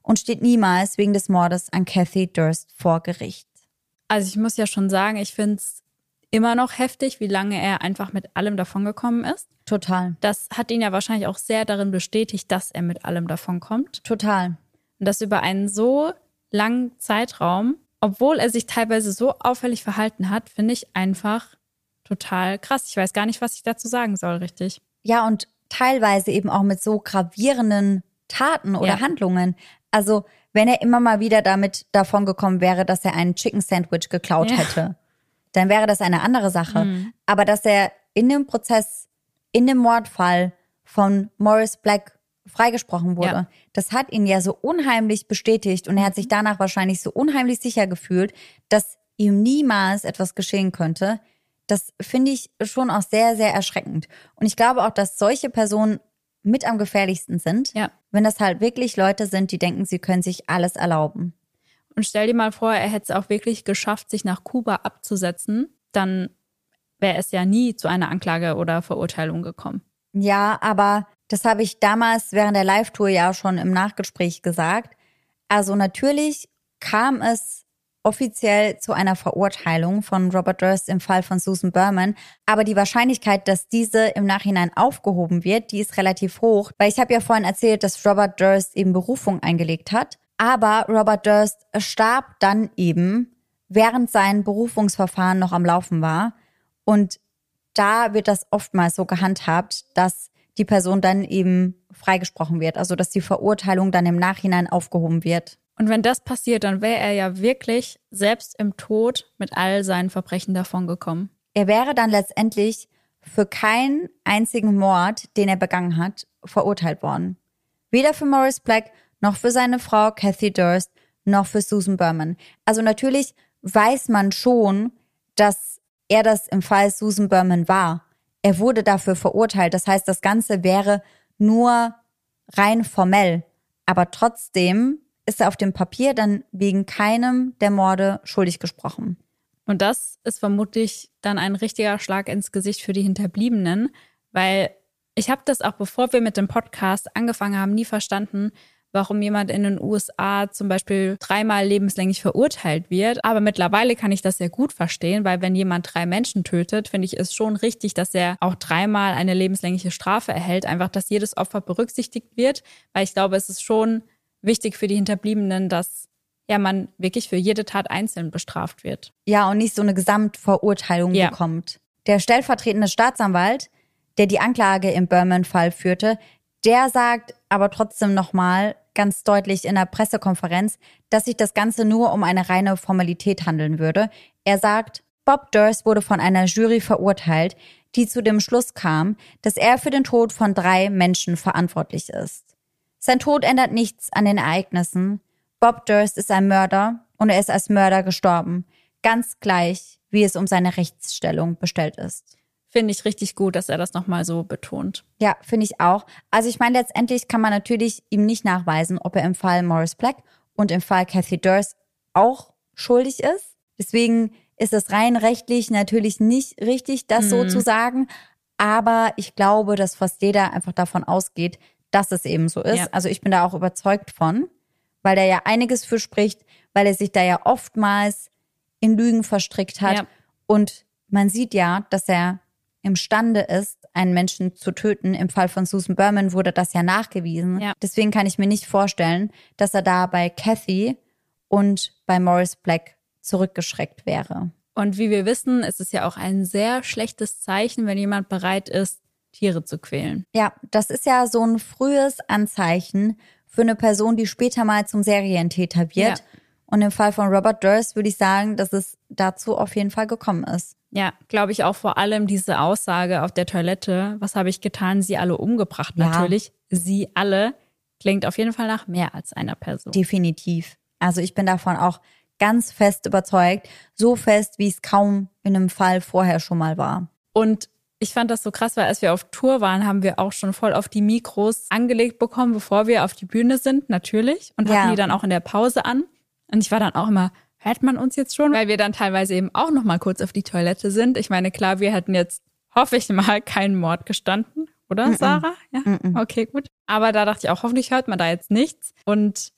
und steht niemals wegen des Mordes an Kathy Durst vor Gericht. Also ich muss ja schon sagen, ich finde es immer noch heftig, wie lange er einfach mit allem davongekommen ist. Total. Das hat ihn ja wahrscheinlich auch sehr darin bestätigt, dass er mit allem davonkommt. Total. Und das über einen so langen Zeitraum, obwohl er sich teilweise so auffällig verhalten hat, finde ich einfach total krass. Ich weiß gar nicht, was ich dazu sagen soll, richtig. Ja, und teilweise eben auch mit so gravierenden Taten oder Ja. Handlungen. Also wenn er immer mal wieder damit davongekommen wäre, dass er ein Chicken Sandwich geklaut Ja. hätte, dann wäre das eine andere Sache. Mhm. Aber dass er in dem Prozess, in dem Mordfall von Maurice Black freigesprochen wurde, Ja. das hat ihn ja so unheimlich bestätigt und er hat sich danach wahrscheinlich so unheimlich sicher gefühlt, dass ihm niemals etwas geschehen könnte. Das finde ich schon auch sehr, sehr erschreckend. Und ich glaube auch, dass solche Personen mit am gefährlichsten sind, Ja. wenn das halt wirklich Leute sind, die denken, sie können sich alles erlauben. Und stell dir mal vor, er hätte es auch wirklich geschafft, sich nach Kuba abzusetzen, dann wäre es ja nie zu einer Anklage oder Verurteilung gekommen. Ja, aber das habe ich damals während der Live-Tour ja schon im Nachgespräch gesagt. Also natürlich kam es offiziell zu einer Verurteilung von Robert Durst im Fall von Susan Berman. Aber die Wahrscheinlichkeit, dass diese im Nachhinein aufgehoben wird, die ist relativ hoch. Weil ich habe ja vorhin erzählt, dass Robert Durst eben Berufung eingelegt hat. Aber Robert Durst starb dann eben, während sein Berufungsverfahren noch am Laufen war. Und da wird das oftmals so gehandhabt, dass die Person dann eben freigesprochen wird. Also dass die Verurteilung dann im Nachhinein aufgehoben wird. Und wenn das passiert, dann wäre er ja wirklich selbst im Tod mit all seinen Verbrechen davongekommen. Er wäre dann letztendlich für keinen einzigen Mord, den er begangen hat, verurteilt worden. Weder für Maurice Black, noch für seine Frau Kathy Durst, noch für Susan Berman. Also natürlich weiß man schon, dass er das im Fall Susan Berman war. Er wurde dafür verurteilt. Das heißt, das Ganze wäre nur rein formell. Aber trotzdem ist er auf dem Papier dann wegen keinem der Morde schuldig gesprochen. Und das ist vermutlich dann ein richtiger Schlag ins Gesicht für die Hinterbliebenen, weil ich habe das auch, bevor wir mit dem Podcast angefangen haben, nie verstanden, warum jemand in den U S A zum Beispiel dreimal lebenslänglich verurteilt wird. Aber mittlerweile kann ich das sehr gut verstehen, weil wenn jemand drei Menschen tötet, finde ich es schon richtig, dass er auch dreimal eine lebenslängliche Strafe erhält. Einfach, dass jedes Opfer berücksichtigt wird, weil ich glaube, es ist schon wichtig für die Hinterbliebenen, dass ja man wirklich für jede Tat einzeln bestraft wird. Ja, und nicht so eine Gesamtverurteilung Ja. bekommt. Der stellvertretende Staatsanwalt, der die Anklage im Berman-Fall führte, der sagt aber trotzdem nochmal ganz deutlich in der Pressekonferenz, dass sich das Ganze nur um eine reine Formalität handeln würde. Er sagt, Bob Durst wurde von einer Jury verurteilt, die zu dem Schluss kam, dass er für den Tod von drei Menschen verantwortlich ist. Sein Tod ändert nichts an den Ereignissen. Bob Durst ist ein Mörder und er ist als Mörder gestorben. Ganz gleich, wie es um seine Rechtsstellung bestellt ist. Finde ich richtig gut, dass er das nochmal so betont. Ja, finde ich auch. Also ich meine, letztendlich kann man natürlich ihm nicht nachweisen, ob er im Fall Maurice Black und im Fall Kathy Durst auch schuldig ist. Deswegen ist es rein rechtlich natürlich nicht richtig, das Mhm. so zu sagen. Aber ich glaube, dass fast jeder einfach davon ausgeht, dass es eben so ist. Ja. Also ich bin da auch überzeugt von, weil da ja einiges für spricht, weil er sich da ja oftmals in Lügen verstrickt hat. Ja. Und man sieht ja, dass er imstande ist, einen Menschen zu töten. Im Fall von Susan Berman wurde das ja nachgewiesen. Ja. Deswegen kann ich mir nicht vorstellen, dass er da bei Kathy und bei Maurice Black zurückgeschreckt wäre. Und wie wir wissen, ist es ja auch ein sehr schlechtes Zeichen, wenn jemand bereit ist, Tiere zu quälen. Ja, das ist ja so ein frühes Anzeichen für eine Person, die später mal zum Serientäter wird. Ja. Und im Fall von Robert Durst würde ich sagen, dass es dazu auf jeden Fall gekommen ist. Ja, glaube ich auch vor allem diese Aussage auf der Toilette, was habe ich getan, sie alle umgebracht Ja. natürlich. Sie alle klingt auf jeden Fall nach mehr als einer Person. Definitiv. Also ich bin davon auch ganz fest überzeugt. So fest, wie es kaum in einem Fall vorher schon mal war. Und ich fand das so krass, weil als wir auf Tour waren, haben wir auch schon voll auf die Mikros angelegt bekommen, bevor wir auf die Bühne sind, natürlich. Und hatten Ja. die dann auch in der Pause an. Und ich war dann auch immer, hört man uns jetzt schon? Weil wir dann teilweise eben auch noch mal kurz auf die Toilette sind. Ich meine, klar, wir hätten jetzt, hoffe ich mal, keinen Mord gestanden. Oder, Mm-mm. Sarah? Ja, Mm-mm. okay, gut. Aber da dachte ich auch, hoffentlich hört man da jetzt nichts. Und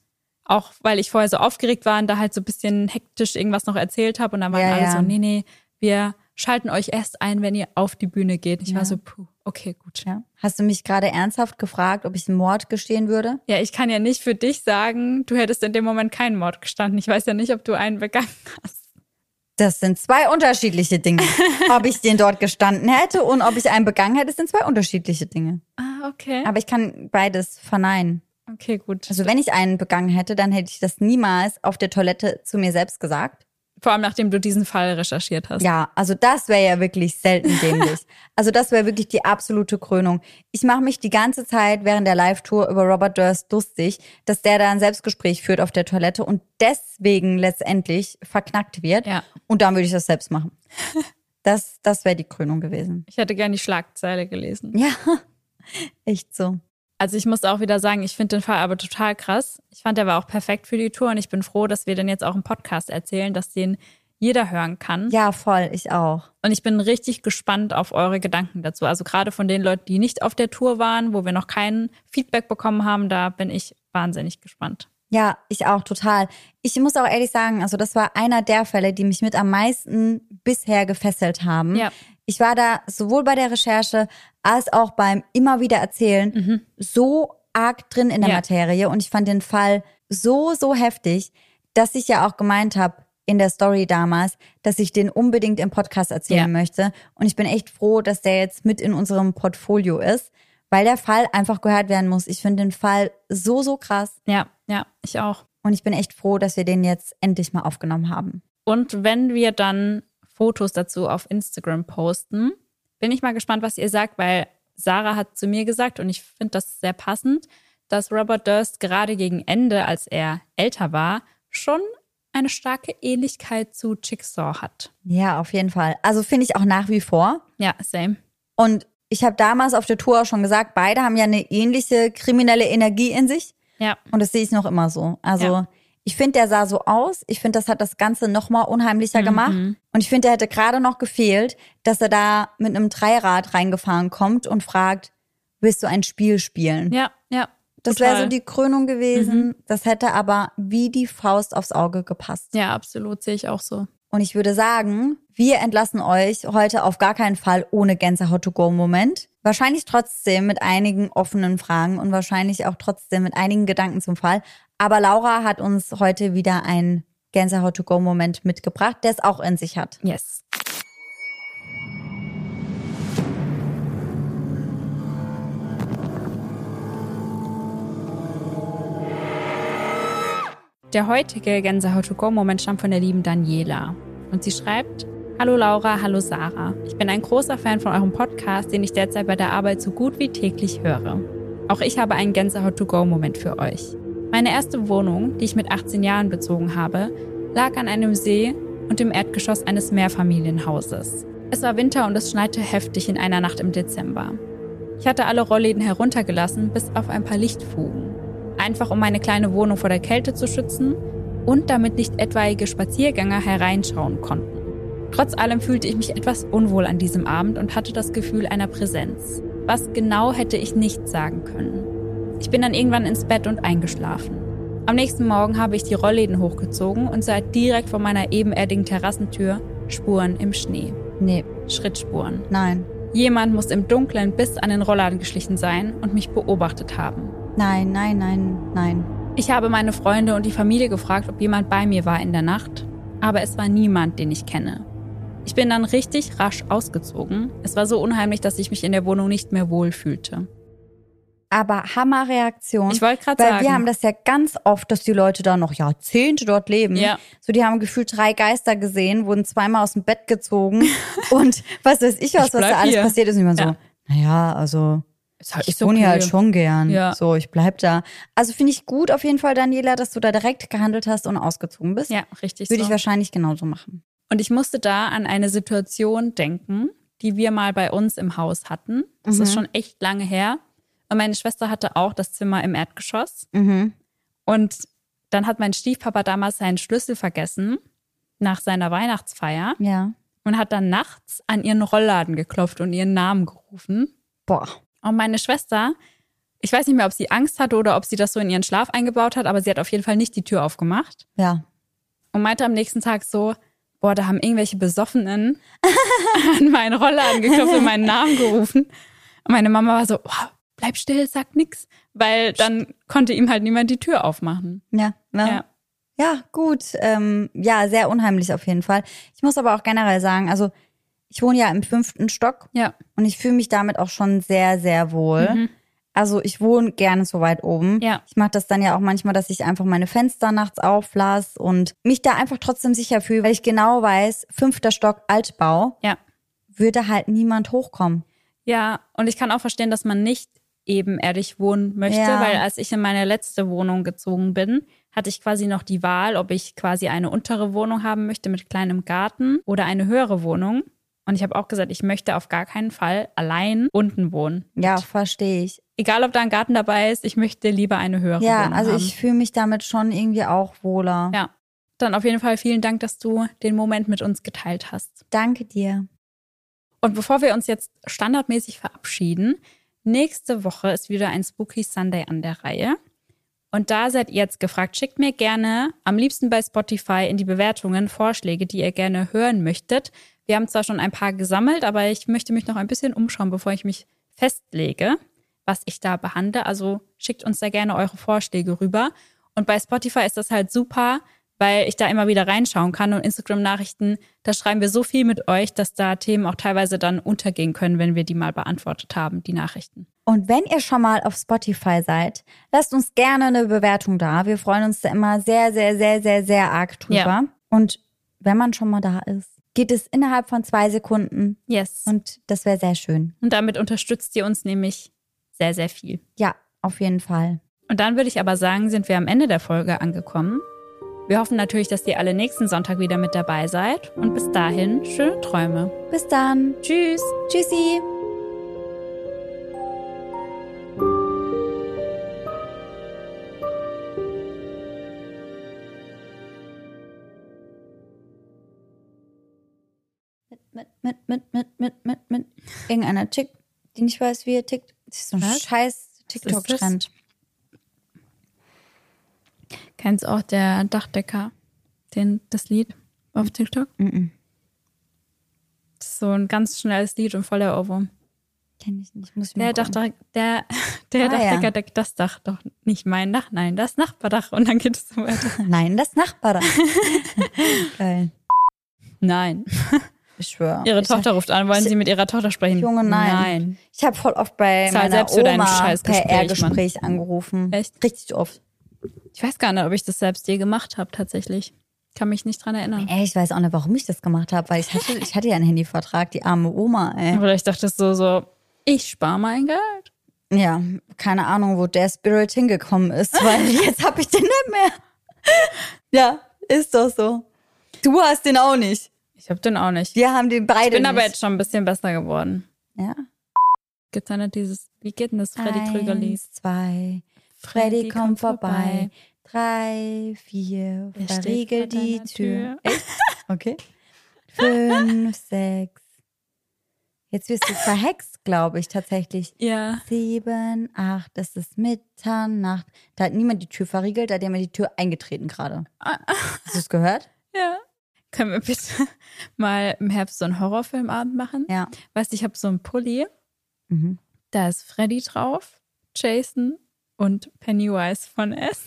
Auch weil ich vorher so aufgeregt war und da halt so ein bisschen hektisch irgendwas noch erzählt habe. Und dann waren Ja, alle ja. so, nee, nee, wir schalten euch erst ein, wenn ihr auf die Bühne geht. Ich Ja. war so, puh, okay, gut. Ja. Hast du mich gerade ernsthaft gefragt, ob ich einen Mord gestehen würde? Ja, ich kann ja nicht für dich sagen, du hättest in dem Moment keinen Mord gestanden. Ich weiß ja nicht, ob du einen begangen hast. Das sind zwei unterschiedliche Dinge. Ob ich den dort gestanden hätte und ob ich einen begangen hätte, sind zwei unterschiedliche Dinge. Ah, okay. Aber ich kann beides verneinen. Okay, gut. Also wenn ich einen begangen hätte, dann hätte ich das niemals auf der Toilette zu mir selbst gesagt. Vor allem, nachdem du diesen Fall recherchiert hast. Ja, also das wäre ja wirklich selten dämlich. Also das wäre wirklich die absolute Krönung. Ich mache mich die ganze Zeit während der Live-Tour über Robert Durst lustig, dass der da ein Selbstgespräch führt auf der Toilette und deswegen letztendlich verknackt wird. Ja. Und dann würde ich das selbst machen. Das, das wäre die Krönung gewesen. Ich hätte gerne die Schlagzeile gelesen. Ja, echt so. Also ich muss auch wieder sagen, ich finde den Fall aber total krass. Ich fand, der war auch perfekt für die Tour und ich bin froh, dass wir den jetzt auch im Podcast erzählen, dass den jeder hören kann. Ja, voll, ich auch. Und ich bin richtig gespannt auf eure Gedanken dazu. Also gerade von den Leuten, die nicht auf der Tour waren, wo wir noch kein Feedback bekommen haben, da bin ich wahnsinnig gespannt. Ja, ich auch total. Ich muss auch ehrlich sagen, also das war einer der Fälle, die mich mit am meisten bisher gefesselt haben. Ja. Ich war da sowohl bei der Recherche als auch beim immer wieder erzählen Mhm. so arg drin in der Ja. Materie und ich fand den Fall so, so heftig, dass ich ja auch gemeint habe in der Story damals, dass ich den unbedingt im Podcast erzählen Ja. möchte. Und ich bin echt froh, dass der jetzt mit in unserem Portfolio ist, weil der Fall einfach gehört werden muss. Ich finde den Fall so, so krass. Ja, ja, ich auch. Und ich bin echt froh, dass wir den jetzt endlich mal aufgenommen haben. Und wenn wir dann Fotos dazu auf Instagram posten, bin ich mal gespannt, was ihr sagt, weil Sarah hat zu mir gesagt, und ich finde das sehr passend, dass Robert Durst gerade gegen Ende, als er älter war, schon eine starke Ähnlichkeit zu Jigsaw hat. Ja, auf jeden Fall. Also finde ich auch nach wie vor. Ja, same. Und ich habe damals auf der Tour auch schon gesagt, beide haben ja eine ähnliche kriminelle Energie in sich. Ja. Und das sehe ich noch immer so. Also Ja. ich finde, der sah so aus. Ich finde, das hat das Ganze noch mal unheimlicher gemacht. Mhm. Und ich finde, der hätte gerade noch gefehlt, dass er da mit einem Dreirad reingefahren kommt und fragt, willst du ein Spiel spielen? Ja, ja. Das total. wäre so die Krönung gewesen. Das hätte aber wie die Faust aufs Auge gepasst. Ja, absolut, sehe ich auch so. Und ich würde sagen, wir entlassen euch heute auf gar keinen Fall ohne Gänsehaut-to-go-Moment. Wahrscheinlich trotzdem mit einigen offenen Fragen und wahrscheinlich auch trotzdem mit einigen Gedanken zum Fall. Aber Laura hat uns heute wieder einen Gänsehaut-to-go-Moment mitgebracht, der es auch in sich hat. Yes. Der heutige Gänsehaut-to-go-Moment stammt von der lieben Daniela. Und sie schreibt: Hallo Laura, hallo Sarah. Ich bin ein großer Fan von eurem Podcast, den ich derzeit bei der Arbeit so gut wie täglich höre. Auch ich habe einen Gänsehaut-to-go-Moment für euch. Meine erste Wohnung, die ich mit achtzehn Jahren bezogen habe, lag an einem See und im Erdgeschoss eines Mehrfamilienhauses. Es war Winter und es schneite heftig in einer Nacht im Dezember. Ich hatte alle Rollläden heruntergelassen, bis auf ein paar Lichtfugen. Einfach um meine kleine Wohnung vor der Kälte zu schützen und damit nicht etwaige Spaziergänger hereinschauen konnten. Trotz allem fühlte ich mich etwas unwohl an diesem Abend und hatte das Gefühl einer Präsenz. Was genau hätte ich nicht sagen können. Ich bin dann irgendwann ins Bett und eingeschlafen. Am nächsten Morgen habe ich die Rollläden hochgezogen und sah direkt vor meiner ebenerdigen Terrassentür Spuren im Schnee. Nee, Schrittspuren. nein, Jemand muss im Dunkeln bis an den Rollladen geschlichen sein und mich beobachtet haben. nein, nein, nein, nein. Ich habe meine Freunde und die Familie gefragt, ob jemand bei mir war in der Nacht, aber es war niemand, den ich kenne. Ich bin dann richtig rasch ausgezogen. Es war so unheimlich, dass ich mich in der Wohnung nicht mehr wohl fühlte. Aber Hammerreaktion. Ich wollte gerade Weil sagen. wir haben das ja ganz oft, dass die Leute da noch Jahrzehnte dort leben. Ja. So, die haben gefühlt drei Geister gesehen, wurden zweimal aus dem Bett gezogen und was weiß ich was, Ich was bleib da alles hier. passiert ist. Und man Ja. so, naja, also Ist halt- ich ist wohne hier okay. halt schon gern. Ja. So, ich bleib da. Also finde ich gut auf jeden Fall, Daniela, dass du da direkt gehandelt hast und ausgezogen bist. Ja, richtig Würde so. ich wahrscheinlich genauso machen. Und ich musste da an eine Situation denken, die wir mal bei uns im Haus hatten. Das Mhm. ist schon echt lange her. Und meine Schwester hatte auch das Zimmer im Erdgeschoss. Mhm. Und dann hat mein Stiefpapa damals seinen Schlüssel vergessen nach seiner Weihnachtsfeier Ja. und hat dann nachts an ihren Rollladen geklopft und ihren Namen gerufen. Boah. Und meine Schwester Ich weiß nicht mehr, ob sie Angst hatte oder ob sie das so in ihren Schlaf eingebaut hat, aber sie hat auf jeden Fall nicht die Tür aufgemacht. Ja. Und meinte am nächsten Tag so, boah, da haben irgendwelche Besoffenen an meinen Roller angeklopft und meinen Namen gerufen. Und meine Mama war so, oh, bleib still, sag nix. Weil dann konnte ihm halt niemand die Tür aufmachen. Ja, ja. Ja. Ja, gut. Ähm, ja, sehr unheimlich auf jeden Fall. Ich muss aber auch generell sagen, also ich wohne ja im fünften Stock Ja. und ich fühle mich damit auch schon sehr, sehr wohl. Mhm. Also ich wohne gerne so weit oben. Ja. Ich mache das dann ja auch manchmal, dass ich einfach meine Fenster nachts auflasse und mich da einfach trotzdem sicher fühle, weil ich genau weiß, fünfter Stock Altbau, Ja. würde halt niemand hochkommen. Ja, und ich kann auch verstehen, dass man nicht ebenerdig wohnen möchte, Ja. weil als ich in meine letzte Wohnung gezogen bin, hatte ich quasi noch die Wahl, ob ich quasi eine untere Wohnung haben möchte mit kleinem Garten oder eine höhere Wohnung. Und ich habe auch gesagt, ich möchte auf gar keinen Fall allein unten wohnen. Ja, verstehe ich. Egal, ob da ein Garten dabei ist, ich möchte lieber eine höhere Ja, Wohnung also haben. ich fühle mich damit schon irgendwie auch wohler. Ja, dann auf jeden Fall vielen Dank, dass du den Moment mit uns geteilt hast. Danke dir. Und bevor wir uns jetzt standardmäßig verabschieden, nächste Woche ist wieder ein Spooky Sunday an der Reihe. Und da seid ihr jetzt gefragt, schickt mir gerne, am liebsten bei Spotify, in die Bewertungen Vorschläge, die ihr gerne hören möchtet. Wir haben zwar schon ein paar gesammelt, aber ich möchte mich noch ein bisschen umschauen, bevor ich mich festlege, was ich da behandle. Also schickt uns da gerne eure Vorschläge rüber. Und bei Spotify ist das halt super, weil ich da immer wieder reinschauen kann. Und Instagram-Nachrichten, da schreiben wir so viel mit euch, dass da Themen auch teilweise dann untergehen können, wenn wir die mal beantwortet haben, die Nachrichten. Und wenn ihr schon mal auf Spotify seid, lasst uns gerne eine Bewertung da. Wir freuen uns da immer sehr, sehr, sehr, sehr, sehr arg drüber. Ja. Und wenn man schon mal da ist, geht es innerhalb von zwei Sekunden. Yes. Und das wäre sehr schön. Und damit unterstützt ihr uns nämlich sehr, sehr viel. Ja, auf jeden Fall. Und dann würde ich aber sagen, sind wir am Ende der Folge angekommen. Wir hoffen natürlich, dass ihr alle nächsten Sonntag wieder mit dabei seid. Und bis dahin, schöne Träume. Bis dann. Tschüss. Tschüssi. Mit, mit, mit, mit, mit, mit, mit. Irgendeiner tickt, die nicht weiß, wie er tickt. Das ist so ein Was? scheiß TikTok-Trend. Kennst auch der Dachdecker, den, das Lied auf TikTok? Mhm. Das ist so ein ganz schnelles Lied und voller Ohrwurm. Kenn ich nicht. Muss ich Der, mal Dach, gucken. der, der Ah, Dachdecker ja. deckt das Dach doch nicht mein Dach, nein, das Nachbardach. Und dann geht es so weiter. Nein, das Nachbar. Geil. Nein. Ich schwöre. Ihre ich Tochter ruft an, wollen ich- Sie mit Ihrer Tochter sprechen? Junge, nein. Nein. Ich habe voll oft bei Zahl meiner selbst für dein Oma Scheißgespräch, per R-Gespräch angerufen. Echt? Richtig oft. Ich weiß gar nicht, ob ich das selbst je gemacht habe, tatsächlich. Kann mich nicht dran erinnern. Ey, ich weiß auch nicht, warum ich das gemacht habe, weil ich hatte, ich hatte ja einen Handyvertrag, die arme Oma, ey. Oder ich dachte so, so, ich spare mein Geld. Ja, keine Ahnung, wo der Spirit hingekommen ist, weil jetzt habe ich den nicht mehr. Ja, ist doch so. Du hast den auch nicht. Ich habe den auch nicht. Wir haben den beide Ich bin nicht. aber jetzt schon ein bisschen besser geworden. Ja. Gibt's ja nicht dieses, wie geht denn das Freddy Krüger Lied? Eins, zwei, Freddy kommt vorbei. Drei, vier, Er steht verriegelt vor die deiner Tür. Tür. Echt? Okay. Fünf, sechs. Jetzt wirst du verhext, glaube ich, tatsächlich. Ja. Sieben, acht, es ist Mitternacht. Da hat niemand die Tür verriegelt, da hat jemand die Tür eingetreten gerade. Hast du es gehört? Ja. Können wir bitte mal im Herbst so einen Horrorfilmabend machen? Ja. Weißt du, ich habe so einen Pulli, Mhm. da ist Freddy drauf, Jason und Pennywise von S.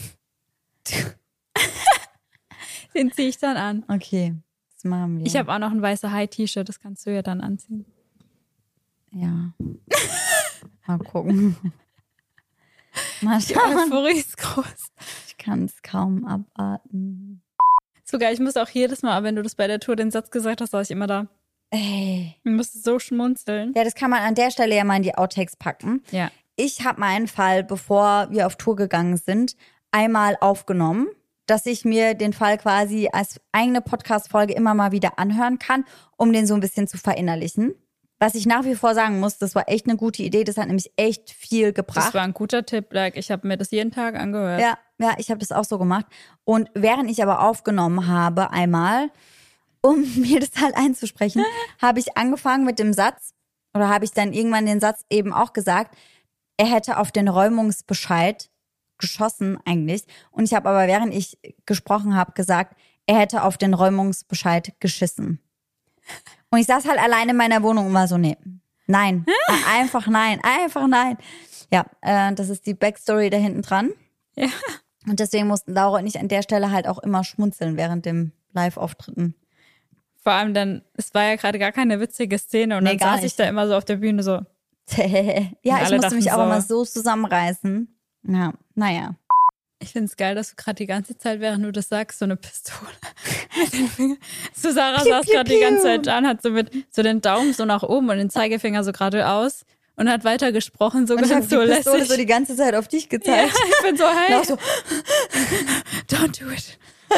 Den ziehe ich dann an. Okay, das machen wir. Ich habe auch noch ein weißes High-T-Shirt, das kannst du ja dann anziehen. Ja. Mal gucken. Mal Die schauen. Euphorie ist groß. Ich kann es kaum abwarten. Sogar, ich muss auch jedes Mal, wenn du das bei der Tour den Satz gesagt hast, saß ich immer da. Ey. Ich musste so schmunzeln. Ja, das kann man an der Stelle ja mal in die Outtakes packen. Ja. Ich habe meinen Fall, bevor wir auf Tour gegangen sind, einmal aufgenommen, dass ich mir den Fall quasi als eigene Podcast-Folge immer mal wieder anhören kann, um den so ein bisschen zu verinnerlichen. Was ich nach wie vor sagen muss, das war echt eine gute Idee. Das hat nämlich echt viel gebracht. Das war ein guter Tipp, like, ich habe mir das jeden Tag angehört. Ja, ja, ich habe das auch so gemacht. Und während ich aber aufgenommen habe, einmal, um mir das halt einzusprechen, habe ich angefangen mit dem Satz, oder habe ich dann irgendwann den Satz eben auch gesagt, er hätte auf den Räumungsbescheid geschossen eigentlich. Und ich habe aber, während ich gesprochen habe, gesagt, er hätte auf den Räumungsbescheid geschissen. Und ich saß halt alleine in meiner Wohnung und war so, nee, nein, einfach nein, einfach nein. Ja, äh, das ist die Backstory da hinten dran. Ja. Und deswegen mussten Laura und ich an der Stelle halt auch immer schmunzeln während dem Live-Auftritten. Vor allem dann, es war ja gerade gar keine witzige Szene und Nee, dann gar saß ich nicht. da immer so auf der Bühne so. Ja, ich alle musste mich dachten auch so- immer so zusammenreißen. Ja, naja. Ich finde es geil, dass du gerade die ganze Zeit, während du das sagst, so eine Pistole mit den Fingern. So Sarah Piu, saß piu, gerade die ganze piu. Zeit da und hat so mit so den Daumen so nach oben und den Zeigefinger so geradeaus und hat weiter gesprochen, so Und ich habe ganz die so Pistole lässig. so die ganze Zeit auf dich Ja, gezeigt. ich bin so, hey, Und auch so, don't do it.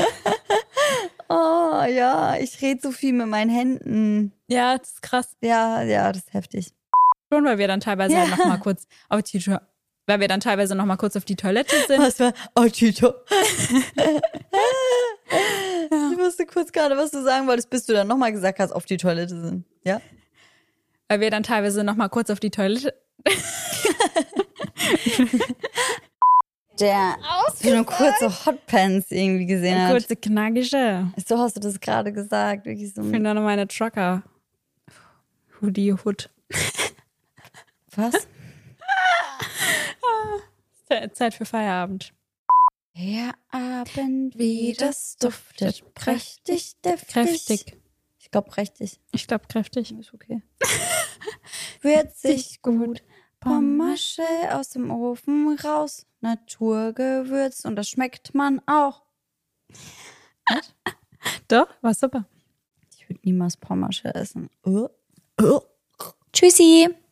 oh ja, ich rede so viel mit meinen Händen. Ja, das ist krass. Ja, ja, das ist heftig. Schon, weil wir dann teilweise Ja. halt noch mal kurz auf die Tür, weil wir dann teilweise noch mal kurz auf die Toilette sind. Was war? Oh, Tito. Ich wusste kurz gerade, was du sagen wolltest, bis du dann nochmal gesagt hast, auf die Toilette sind. Ja? Weil wir dann teilweise noch mal kurz auf die Toilette. Der so eine kurze Hotpants irgendwie gesehen hat. Kurze knackige. So hast du das gerade gesagt. Wirklich so Ich bin dann meine Trucker. Hoodie Hood. was? Zeit für Feierabend. Der Abend, wie das duftet, prächtig, deftig. Kräftig. Ich glaube prächtig. Ich glaube kräftig. Ist okay. Würzig gut. Pommasche aus dem Ofen raus. Naturgewürz und das schmeckt man auch. Doch, war super. Ich würde niemals Pommasche essen. Uh. Uh. Tschüssi.